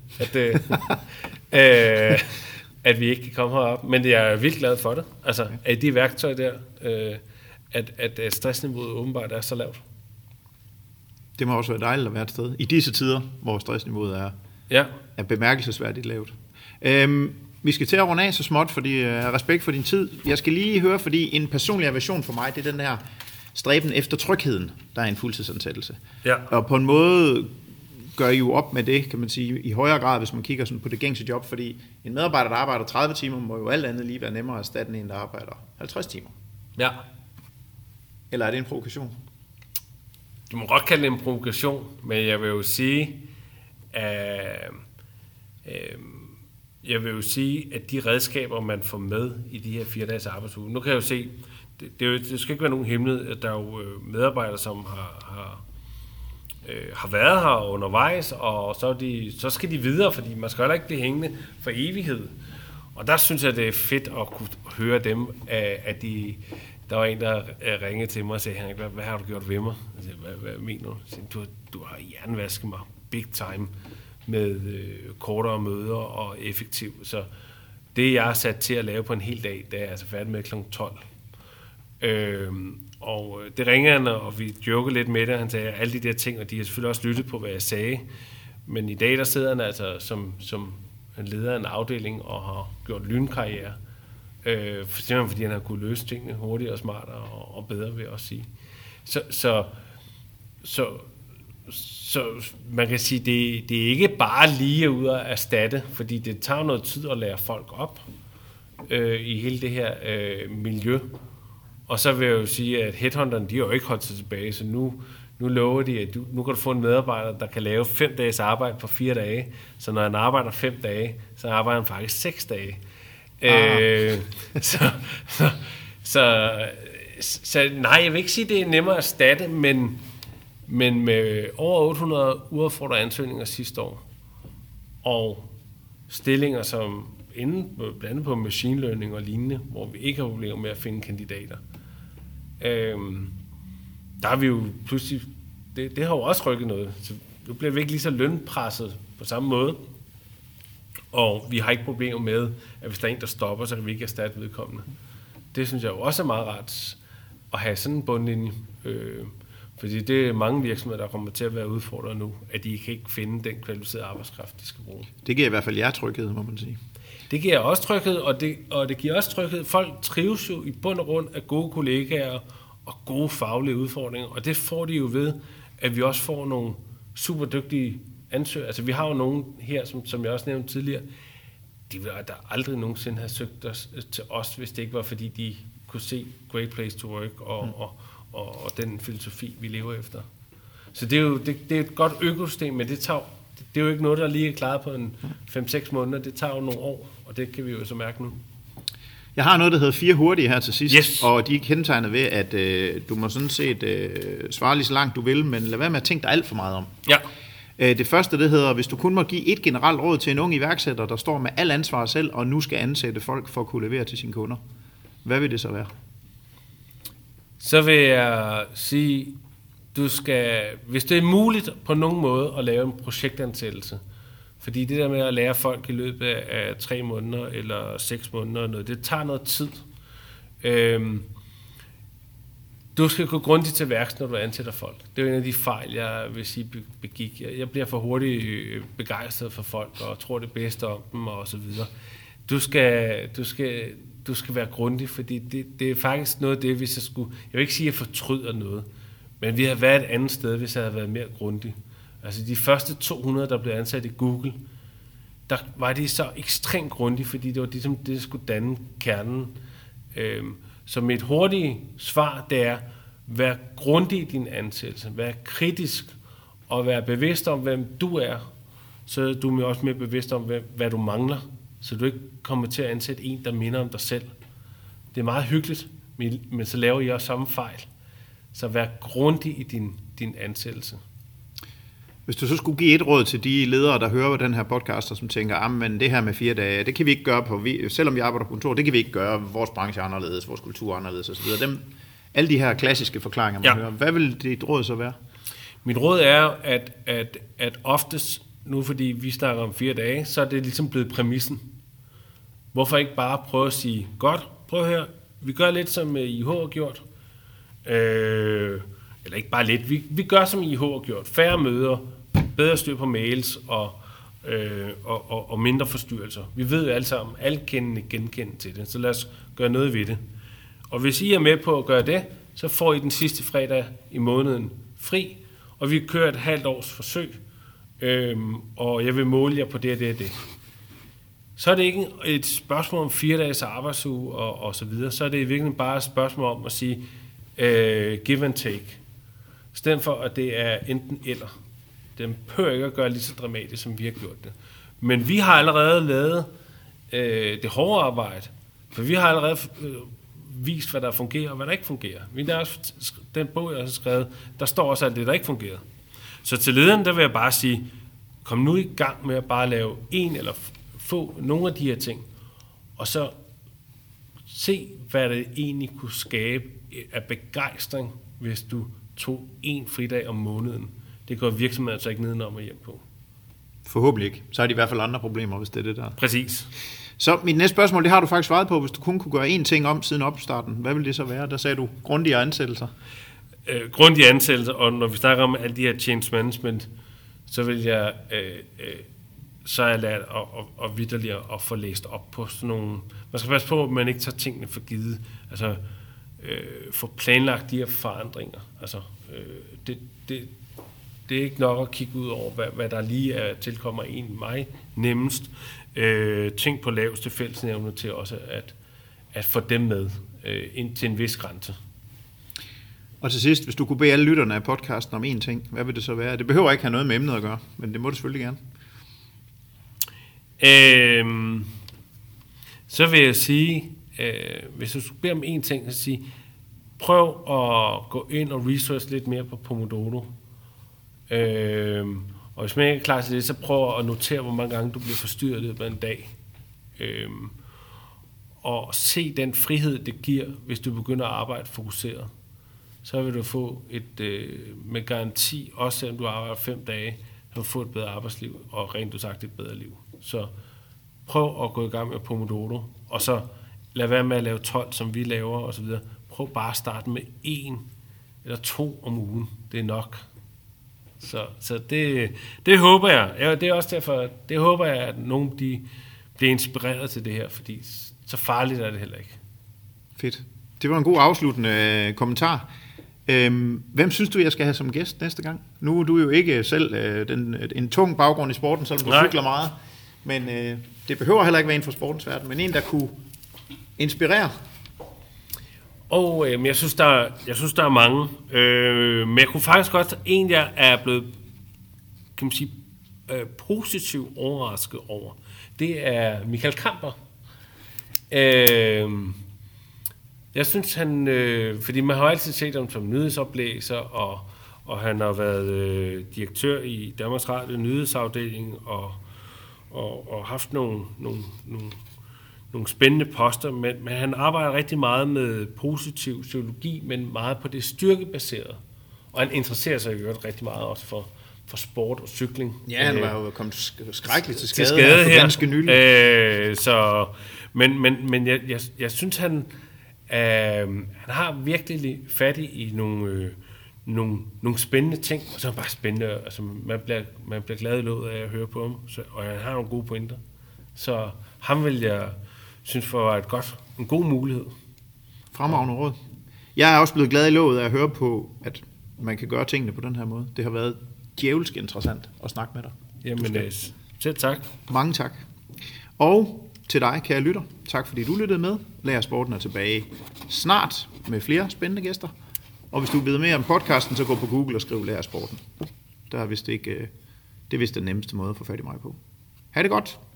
at vi ikke kan komme herop. Men jeg er vildt glad for det. Altså, at de værktøjer der, at stressniveauet åbenbart er så lavt. Det må også være dejligt at være et sted. I disse tider, hvor stressniveauet er bemærkelsesværdigt lavt. Vi skal til at runde af så småt, fordi respekt for din tid. Jeg skal lige høre, fordi en personlig aversion for mig, det er den her stræben efter trygheden, der er en fuldtidsansættelse. Ja. Og på en måde gør I jo op med det, kan man sige, i højere grad, hvis man kigger sådan på det gængse job, fordi en medarbejder, der arbejder 30 timer, må jo alt andet lige være nemmere at erstatte end en, der arbejder 50 timer. Ja. Eller er det en provokation? Du må godt kalde det en provokation, men jeg vil jo sige, at de redskaber, man får med i de her 4 dages arbejdsuge, nu kan jeg jo se, det skal ikke være nogen hemmelighed, at der er jo medarbejdere, som har været her undervejs, og så skal de videre, fordi man skal heller ikke blive hængende for evighed. Og der synes jeg, det er fedt at kunne høre dem, at der var en, der ringede til mig og sagde, Henrik, hvad har du gjort ved mig? Jeg sagde, hvad mener du? Jeg sagde, du har hjernevasket mig big time. med kortere møder og effektiv. Så det, jeg er sat til at lave på en hel dag, det er altså færdig med kl. 12. Og det ringer han, og vi joker lidt med det. Han sagde alle de der ting, og de har selvfølgelig også lyttet på, hvad jeg sagde. Men i dag, der sidder han altså som leder af en afdeling og har gjort lynkarriere. Simpelthen fordi han har kunnet løse tingene hurtigere og smartere og bedre, vil jeg også sige. Så man kan sige, det er ikke bare lige ud at erstatte, fordi det tager noget tid at lære folk op i hele det her miljø. Og så vil jeg jo sige, at headhunterne, de har jo ikke holdt sig tilbage, så nu lover de, at nu kan du få en medarbejder, der kan lave 5 dages arbejde på 4 dage. Så når han arbejder 5 dage, så arbejder han faktisk 6 dage. Så nej, jeg vil ikke sige, at det er nemmere at erstatte, men med over 800 uopfordrede ansøgninger sidste år, og stillinger som blandt andet på machine learning og lignende, hvor vi ikke har problemer med at finde kandidater, der har vi jo pludselig, det har jo også rykket noget, så nu bliver vi ikke lige så lønpresset på samme måde, og vi har ikke problemer med, at hvis der er en, der stopper, så kan vi ikke erstatte vedkommende. Det synes jeg jo også er meget rart at have sådan en bundlinje, fordi det er mange virksomheder, der kommer til at være udfordret nu, at de kan ikke finde den kvalificerede arbejdskraft, de skal bruge. Det giver i hvert fald jer tryghed, må man sige. Det giver også tryghed, og det giver også tryghed. Folk trives jo i bund og grund af gode kollegaer og gode faglige udfordringer, og det får de jo ved, at vi også får nogle super dygtige ansøgere. Altså vi har jo nogen her, som jeg også nævnte tidligere, de ville der aldrig nogensinde have søgt os til os, hvis det ikke var, fordi de kunne se Great Place to Work og den filosofi, vi lever efter. Så det er jo det er et godt økosystem, men det er jo ikke noget, der lige er klaret på en 5-6 måneder. Det tager jo nogle år, og det kan vi jo så mærke nu. Jeg har noget, der hedder 4 hurtige her til sidst, yes. Og de er kendetegnet ved, at du må sådan set svare lige så langt du vil, men lad være med at tænke dig alt for meget om. Ja. Det første, det hedder, hvis du kun må give et generelt råd til en ung iværksætter, der står med al ansvar selv, og nu skal ansætte folk for at kunne levere til sine kunder. Hvad vil det så være? Så vil jeg sige, hvis det er muligt på nogen måde at lave en projektansættelse, fordi det der med at lære folk i løbet af 3 måneder eller 6 måneder, noget, det tager noget tid. Du skal gå grundigt til værks, når du ansætter folk. Det er jo en af de fejl, jeg vil sige begik. Jeg bliver for hurtigt begejstret for folk og tror det bedste om dem og så videre. Du skal være grundig, fordi det er faktisk noget af det, hvis jeg vil ikke sige, at jeg fortryder noget, men vi har været et andet sted, hvis jeg havde været mere grundig. Altså de første 200, der blev ansat i Google, der var de så ekstremt grundige, fordi det var ligesom det, der skulle danne kernen. Så mit hurtige svar, det er, vær grundig i din ansættelse, vær kritisk og vær bevidst om, hvem du er, så er du også mere bevidst om, hvad du mangler, så du ikke kommer til at ansætte en, der minder om dig selv. Det er meget hyggeligt, men så laver I også samme fejl. Så vær grundig i din ansættelse. Hvis du så skulle give et råd til de ledere, der hører den her podcast, og som tænker, men det her med 4 dage, det kan vi ikke gøre, selvom vi arbejder på kontor, det kan vi ikke gøre, vores branche er anderledes, vores kultur er anderledes osv. Alle de her klassiske forklaringer, man hører, hvad vil dit råd så være? Mit råd er, at oftest, nu fordi vi snakker om 4 dage, så er det ligesom blevet præmissen. Hvorfor ikke bare prøve at sige, godt, prøv at høre, vi gør lidt som IH har gjort, eller ikke bare lidt, vi gør som IH har gjort, færre møder, bedre styr på mails og mindre forstyrrelser. Vi ved jo alle sammen, alle genkendende til det, så lad os gøre noget ved det. Og hvis I er med på at gøre det, så får I den sidste fredag i måneden fri, og vi kører et halvt års forsøg, og jeg vil måle jer på det og det og det. Så er det ikke et spørgsmål om 4 dages arbejdsuge og så videre, så er det i virkeligheden bare et spørgsmål om at sige give and take. I stedet for, at det er enten eller. Den behøver ikke at gøre lige så dramatisk, som vi har gjort det. Men vi har allerede lavet det hårde arbejde, for vi har allerede vist, hvad der fungerer og hvad der ikke fungerer. Den bog, jeg har skrevet, der står også alt det, der ikke fungerer. Så til lederen, der vil jeg bare sige, kom nu i gang med at bare lave en eller få nogle af de her ting, og så se, hvad det egentlig kunne skabe af begejstring, hvis du tog 1 fridag om måneden. Det går virksomheden altså ikke nedenom og hjem på. Forhåbentlig ikke. Så er de i hvert fald andre problemer, hvis det er det der. Præcis. Så mit næste spørgsmål, det har du faktisk svaret på. Hvis du kun kunne gøre én ting om siden opstarten, hvad ville det så være? Der sagde du grundigere ansættelser. Grundige ansættelser, og når vi snakker om alle de her change management, så vil jeg så er jeg lært at vitterligt at få læst op på sådan nogle... Man skal passe på, at man ikke tager tingene for givet. Altså, få planlagt de her forandringer. Altså, det er ikke nok at kigge ud over, hvad der lige tilkommer mig nemmest. Tænk på laveste fællesnævne til også at få dem med ind til en vis grænse. Og til sidst, hvis du kunne bede alle lytterne af podcasten om én ting, hvad vil det så være? Det behøver ikke have noget med emnet at gøre, men det må du selvfølgelig gerne. Så vil jeg sige, hvis du skulle bede om én ting, så sige, prøv at gå ind og research lidt mere på Pomodoro. Og hvis man ikke er klar til det, så prøv at notere, hvor mange gange du bliver forstyrret i løbet af en dag. Og se den frihed, det giver, hvis du begynder at arbejde fokuseret. Så vil du få med garanti, også selvom du arbejder 5 dage, så vil du få et bedre arbejdsliv, og rent sagt et bedre liv. Så prøv at gå i gang med Pomodoro, og så lad være med at lave 12, som vi laver, og så videre. Prøv bare at starte med 1 eller 2 om ugen. Det er nok. Så det håber jeg. Ja, det er også derfor, det håber jeg, at nogen de bliver inspireret til det her, fordi så farligt er det heller ikke. Fedt. Det var en god afsluttende kommentar. Hvem synes du, jeg skal have som gæst næste gang? Nu er du jo ikke selv en tung baggrund i sporten, selvom du cykler meget. Men det behøver heller ikke være en fra sportens verden, men en, der kunne inspirere. Men jeg synes, der er mange. Men jeg kunne faktisk godt, en jeg er blevet, kan man sige, positivt overrasket over, det er Michael Kamper. Jeg synes, han, fordi man har altid set ham som nyhedsoplæser, og han har været direktør i Danmarks Radio nyhedsafdeling, og haft nogle spændende poster, men han arbejder rigtig meget med positiv psykologi, men meget på det styrkebaserede. Og han interesserer sig jo rigtig meget også for sport og cykling. Ja, han var jo kommet skrækkeligt til skade her. Ganske nylig. Men jeg synes, han har virkelig fat i nogle spændende ting, og så er det bare spændende. Altså, man bliver glad i låget af at høre på ham, og han har nogle gode pointer. Så ham vil jeg synes for en god mulighed. Fremragende råd. Jeg er også blevet glad i låget af at høre på, at man kan gøre tingene på den her måde. Det har været djævelsk interessant at snakke med dig. Jamen, selv tak. Mange tak. Og til dig, kære lytter, tak fordi du lyttede med. Lær Sporten er tilbage snart med flere spændende gæster. Og hvis du vil vide mere om podcasten, så gå på Google og skriv Lær Sporten. Det er vist den nemmeste måde at få fat i mig på. Ha' det godt.